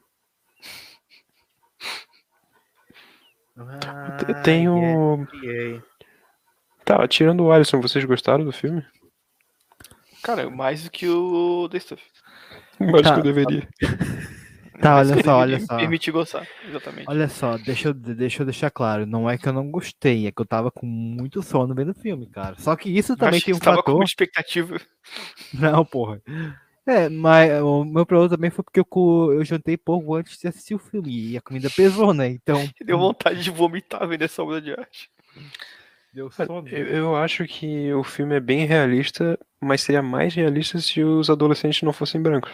Tem o... Tá, tirando o Alisson, vocês gostaram do filme? Cara, mais do que o The Stuff. Mais do que eu deveria. Tá, Mais olha que eu só, deveria olha me só. permitir gostar, exatamente. Olha só, deixa eu deixar claro. Não é que eu não gostei, é que eu tava com muito sono vendo o filme, cara. Só que isso também Achei tem que um você tava com fator. muita expectativa. Não, porra. Mas o meu problema também foi porque eu jantei pouco antes de assistir o filme. E a comida pesou, né? Então. Deu vontade de vomitar vendo essa obra de arte. Deu sono. Eu acho que o filme é bem realista, mas seria mais realista se os adolescentes não fossem brancos.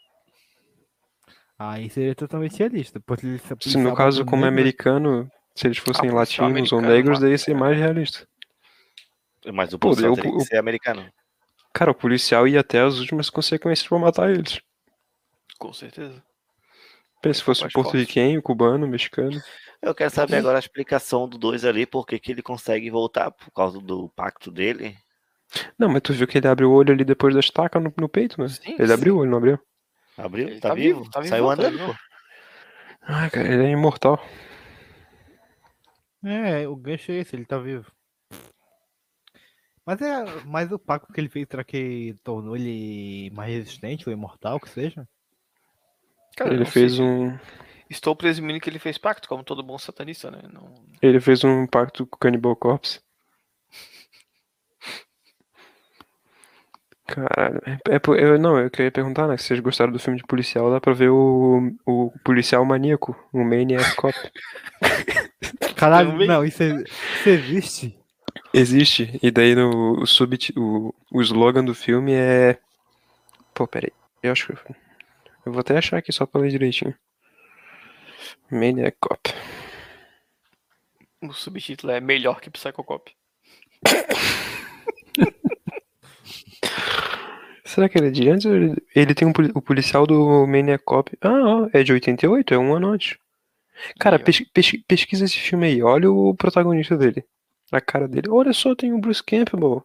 Aí seria totalmente realista. Se no caso, como é americano, se eles fossem policial latinos ou americano, negros, daí ia ser mais realista. Mas o Pô, policial teria que ser americano. Cara, o policial ia até as últimas consequências pra matar eles. Com certeza. Pensa se fosse porto-riquenho, cubano, mexicano. Eu quero saber agora a explicação do 2 ali, por que ele consegue voltar por causa do pacto dele. Não, mas tu viu que ele abre o olho ali depois da estaca no peito, né? Sim, ele abriu o olho, não abriu? Abriu? Ele Tá vivo? tá vivo. Saiu andando, pô. Ah, cara, ele é imortal. O gancho é esse, ele tá vivo. Mas o pacto que ele fez, será que tornou ele mais resistente ou imortal, que seja? Cara, ele fez um... Estou presumindo que ele fez pacto, como todo bom satanista, né? Não... Ele fez um pacto com o Cannibal Corpse. Caralho, eu queria perguntar, né? Se vocês gostaram do filme de policial, dá pra ver o policial maníaco, o Maniac Cop. Caralho, não, isso existe? Existe, e daí o slogan do filme é... Pô, peraí, eu acho que... Eu vou até achar aqui só pra ler direitinho. Maniac Cop. O subtítulo é melhor que Psycho Cop. Será que ele é de antes ou ele tem o policial do Maniac Cop? Ah, é de 88, é um ano antes. Cara, pesquisa esse filme aí, olha o protagonista dele. A cara dele. Olha só, tem o Bruce Campbell.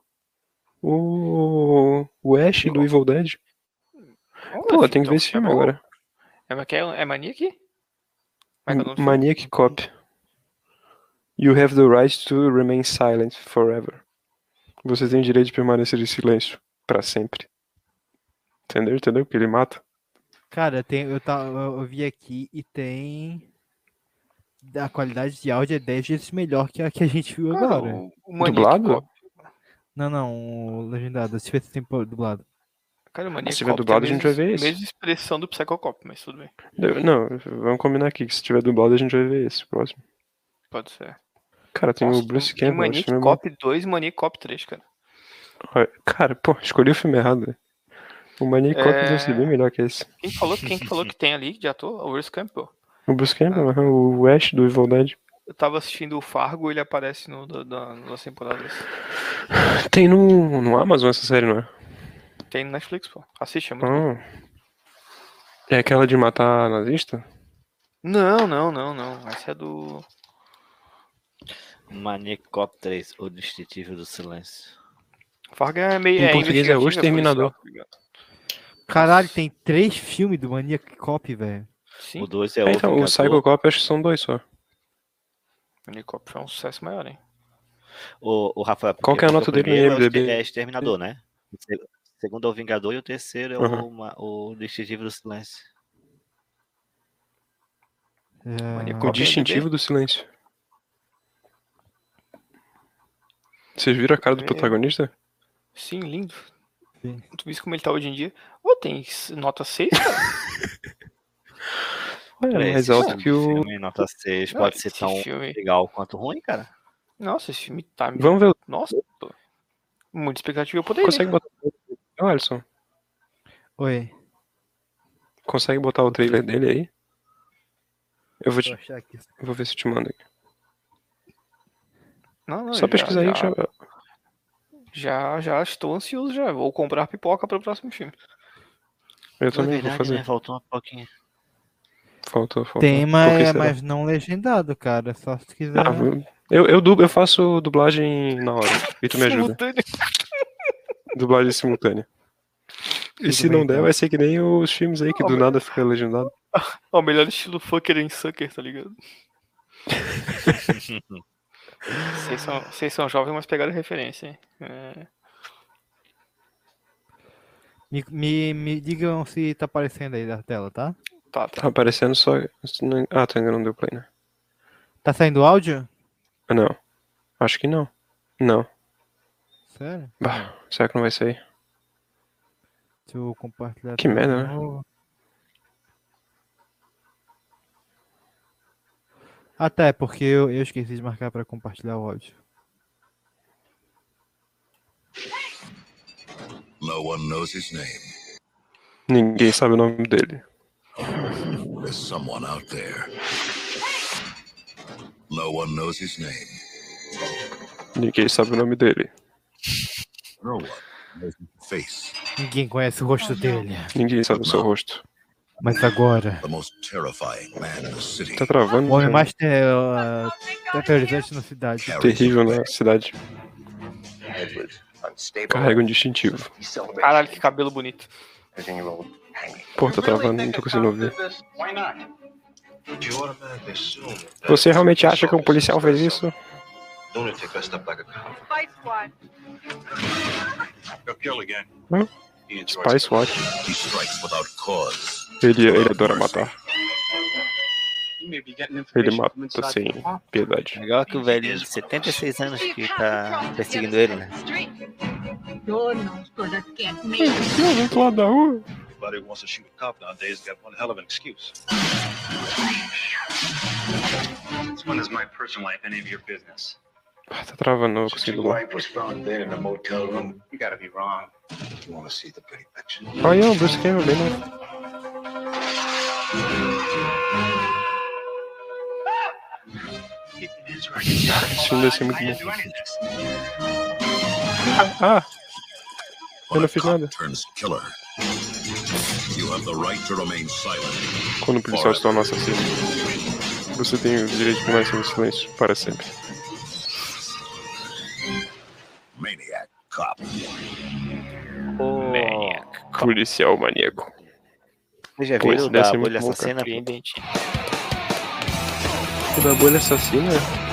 O Ash do Evil Dead. Pô, tem que ver esse filme agora. É Maniac? Maniac Cop. You have the right to remain silent forever. Você tem o direito de permanecer em silêncio pra sempre. Entendeu? Porque ele mata. Cara, eu vi aqui e tem... A qualidade de áudio é 10 vezes melhor que a que a gente viu agora. O dublado? Não, o legendado. Se tivesse tempo dublado. Cara, o Maniac se tiver Cop dublado, tem a gente vai ver esse. mesma expressão do Psycho Cop, mas tudo bem. Não, vamos combinar aqui que se tiver dublado, a gente vai ver esse próximo. Pode ser. Cara, tem o Bruce Campbell. Tem Maniac Cop 2 e Maniac Cop 3, cara. Cara, pô, escolhi o filme errado, velho. O Maniac Cop deve ser bem melhor que esse. Quem falou que tem ali de ator? O Bruce Campbell. O Bruce Campbell, o Ash do Evil Dead. Eu tava assistindo o Fargo, ele aparece nas temporadas. Tem no Amazon essa série, não é? Tem no Netflix, pô. Assiste, é muito bom. É aquela de matar nazista? Não. Essa é do... Maniac Cop 3, o Detetive do Silêncio. Fargo é meio. Em português é O Exterminador. Caralho, tem 3 filmes do Maniac Cop, velho. Sim. O 2 é Então, o Psycho Cop acho que são 2 só. Maniac Cop foi um sucesso maior, hein? O Rafael, Qual que é a nota dele no IMDb? É Exterminador, né? O segundo é o Vingador e o terceiro é o Detetive do Silêncio. O Distintivo do Silêncio. Vocês viram a cara do protagonista? Sim, lindo. Sim. Tu viu como ele tá hoje em dia? Ô, tem nota 6, cara. É mais alto que o... Filme, nota 6, pode ser tão legal quanto ruim, cara. Nossa, esse filme tá... Vamos ver o... Nossa, muita expectativa eu poderia. Consegue botar... Ô, Alisson. Oi. Consegue botar o trailer dele aí? Eu vou Vou achar aqui. Eu vou ver se eu te mando aqui. Não, só pesquisar aí que já estou ansioso já. Vou comprar pipoca para o próximo filme. Eu também vou fazer. Né? Faltou uma pipoquinha. Faltou. Tema mas não legendado, cara. Só se quiser. Eu faço dublagem na hora. E tu me ajuda. Dublagem simultânea. E se não der, vai ser que nem os filmes aí que do nada fica legendado. O melhor estilo fucker and sucker, tá ligado? Vocês são jovens, mas pegaram referência, hein? Me digam se tá aparecendo aí na tela, tá? Tá. Tá aparecendo só... Ah, tu ainda não deu play, né? Tá saindo áudio? Não. Acho que não. Não. Sério? Bah, será que não vai sair? Deixa eu compartilhar. Que merda, né? Ah, tá. É porque eu esqueci de marcar pra compartilhar o áudio. No one knows his name. Ninguém sabe o nome dele. There's someone out there. No one knows his name. Ninguém sabe o nome dele. No one knows his face. Ninguém conhece o rosto dele. Ninguém sabe o seu rosto. Mas agora... The most terrifying man in the city. Tá travando. O homem mais terrorizante na cidade. Terrível na cidade. Carrega um distintivo. Caralho, que cabelo bonito. Pô, tá travando, não tô conseguindo ouvir. Você realmente acha que um policial fez isso? Spy SWAT. Ele adora matar. Ele mata sem piedade. Legal que o velhinho de 76 anos que tá perseguindo ele, né? Do outro lado da rua. Tá travando, não consigo lá. Olha o Bruce Campbell bem novo. Esse filme deve ser muito bom. Eu não fiz nada. Quando o policial se torna assassino, você tem o direito de permanecer no silêncio para sempre. Maniac Cop. Policial maníaco. Você já viu da bolha assassina? O da bolha assassina?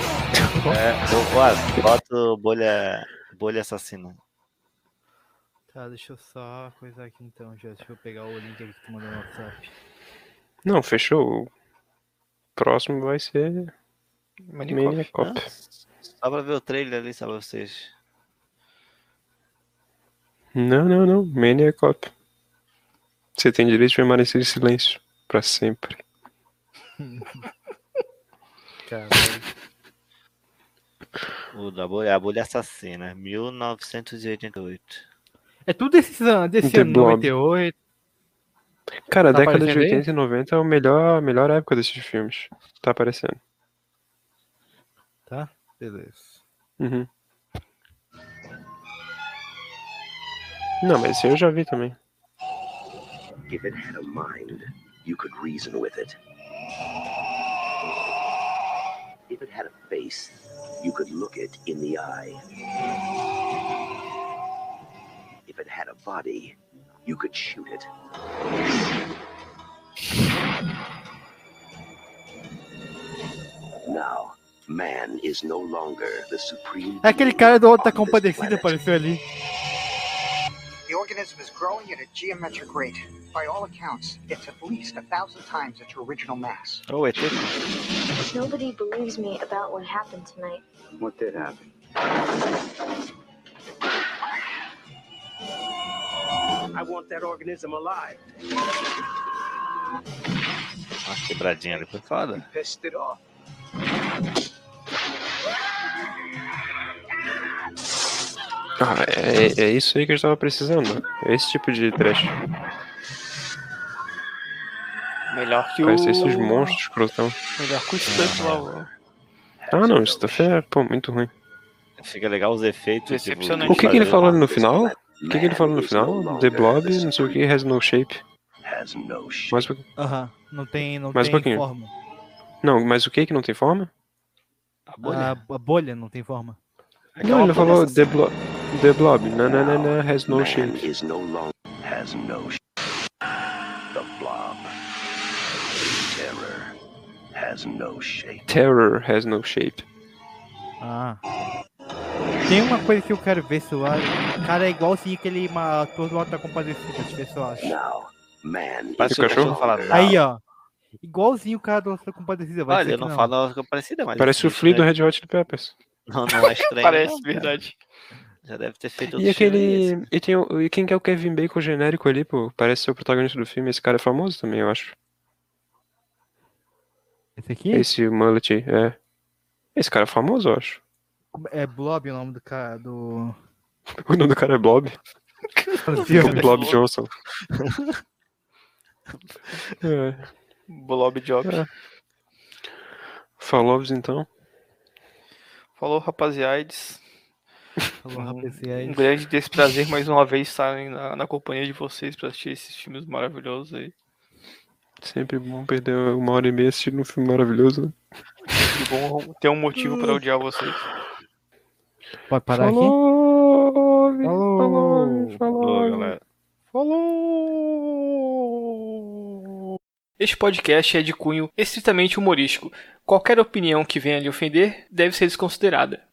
Bota bolha assassina. Tá, deixa eu só coisar aqui então, já. Deixa eu pegar o link aqui que tu mandou no WhatsApp. Não, fechou. O próximo vai ser Maniac Cop. Só pra ver o trailer ali, só pra vocês. Não. Maniac Cop. Você tem direito de permanecer em silêncio pra sempre. Caralho. O da bolha, a bolha assassina, 1988. É tudo desse ano, 98. Cara, a Tá década de aparecendo 80 e 90 é a melhor época desses filmes. Tá aparecendo. Tá? Beleza. Uhum. Não, mas esse eu já vi também. If it had a mind, you could reason with it. If it had a face, you could look it in the eye. If it had a body, you could shoot it. Now, man is no longer the supreme. É aquele cara do Auto da Compadecida apareceu ali. The organism is growing at a geometric rate. By all accounts, it's at least 1,000 times its original mass. Oh, it is. Nobody believes me about what happened tonight. What did happen? I want that organism alive. Uma quebradinha ali foi foda. Pissed it off. Ah, é isso aí que a gente tava precisando. É esse tipo de trash. Melhor que Parece esses monstros escrotão. Melhor que o Stuff lá. Ah, não, isso é, pô, muito ruim. Fica legal os efeitos. Decepcionante. O que ele falou no final? O que ele falou no final? The Blob, não sei o que, has no shape. Mais um pouquinho. Aham, não tem Mais um pouquinho. forma. Não, mas o que não tem forma? A bolha não tem forma. Não, ele falou The Blob, nananana, has no shape. Is no longer has no the blob. Terror has no shape. Terror has no shape. Ah. Tem uma coisa que eu quero ver se o cara é igualzinho aquele ator do Auto da Compadecida, deixa eu ver se eu acho. Now, man Parece que o cachorro fala não. Aí, ó. Igualzinho o cara do Auto da Compadecida. Vai Olha, eu não falo algo parecido, mas... Parece o Flea do Red Hot Chili Peppers. Não é estranho. Parece, não, verdade. Já deve ter feito E aquele... E quem que é o Kevin Bacon genérico ali, pô? Parece ser o protagonista do filme. Esse cara é famoso também, eu acho. Esse aqui? Esse mullet, é. Esse cara é famoso, eu acho. É Blob o nome do cara do... O nome do cara é Blob. Blob Johnson. É. Blob Job. É. Falou, então. Falou, rapaziades. Falou, rapaziada. Um grande desprazer mais uma vez estarem na companhia de vocês pra assistir esses filmes maravilhosos aí. Sempre bom perder 1h30 assistindo um filme maravilhoso, né? Sempre bom ter um motivo pra odiar vocês. Pode parar aqui? Falou, galera. Falou! Este podcast é de cunho estritamente humorístico. Qualquer opinião que venha lhe ofender deve ser desconsiderada.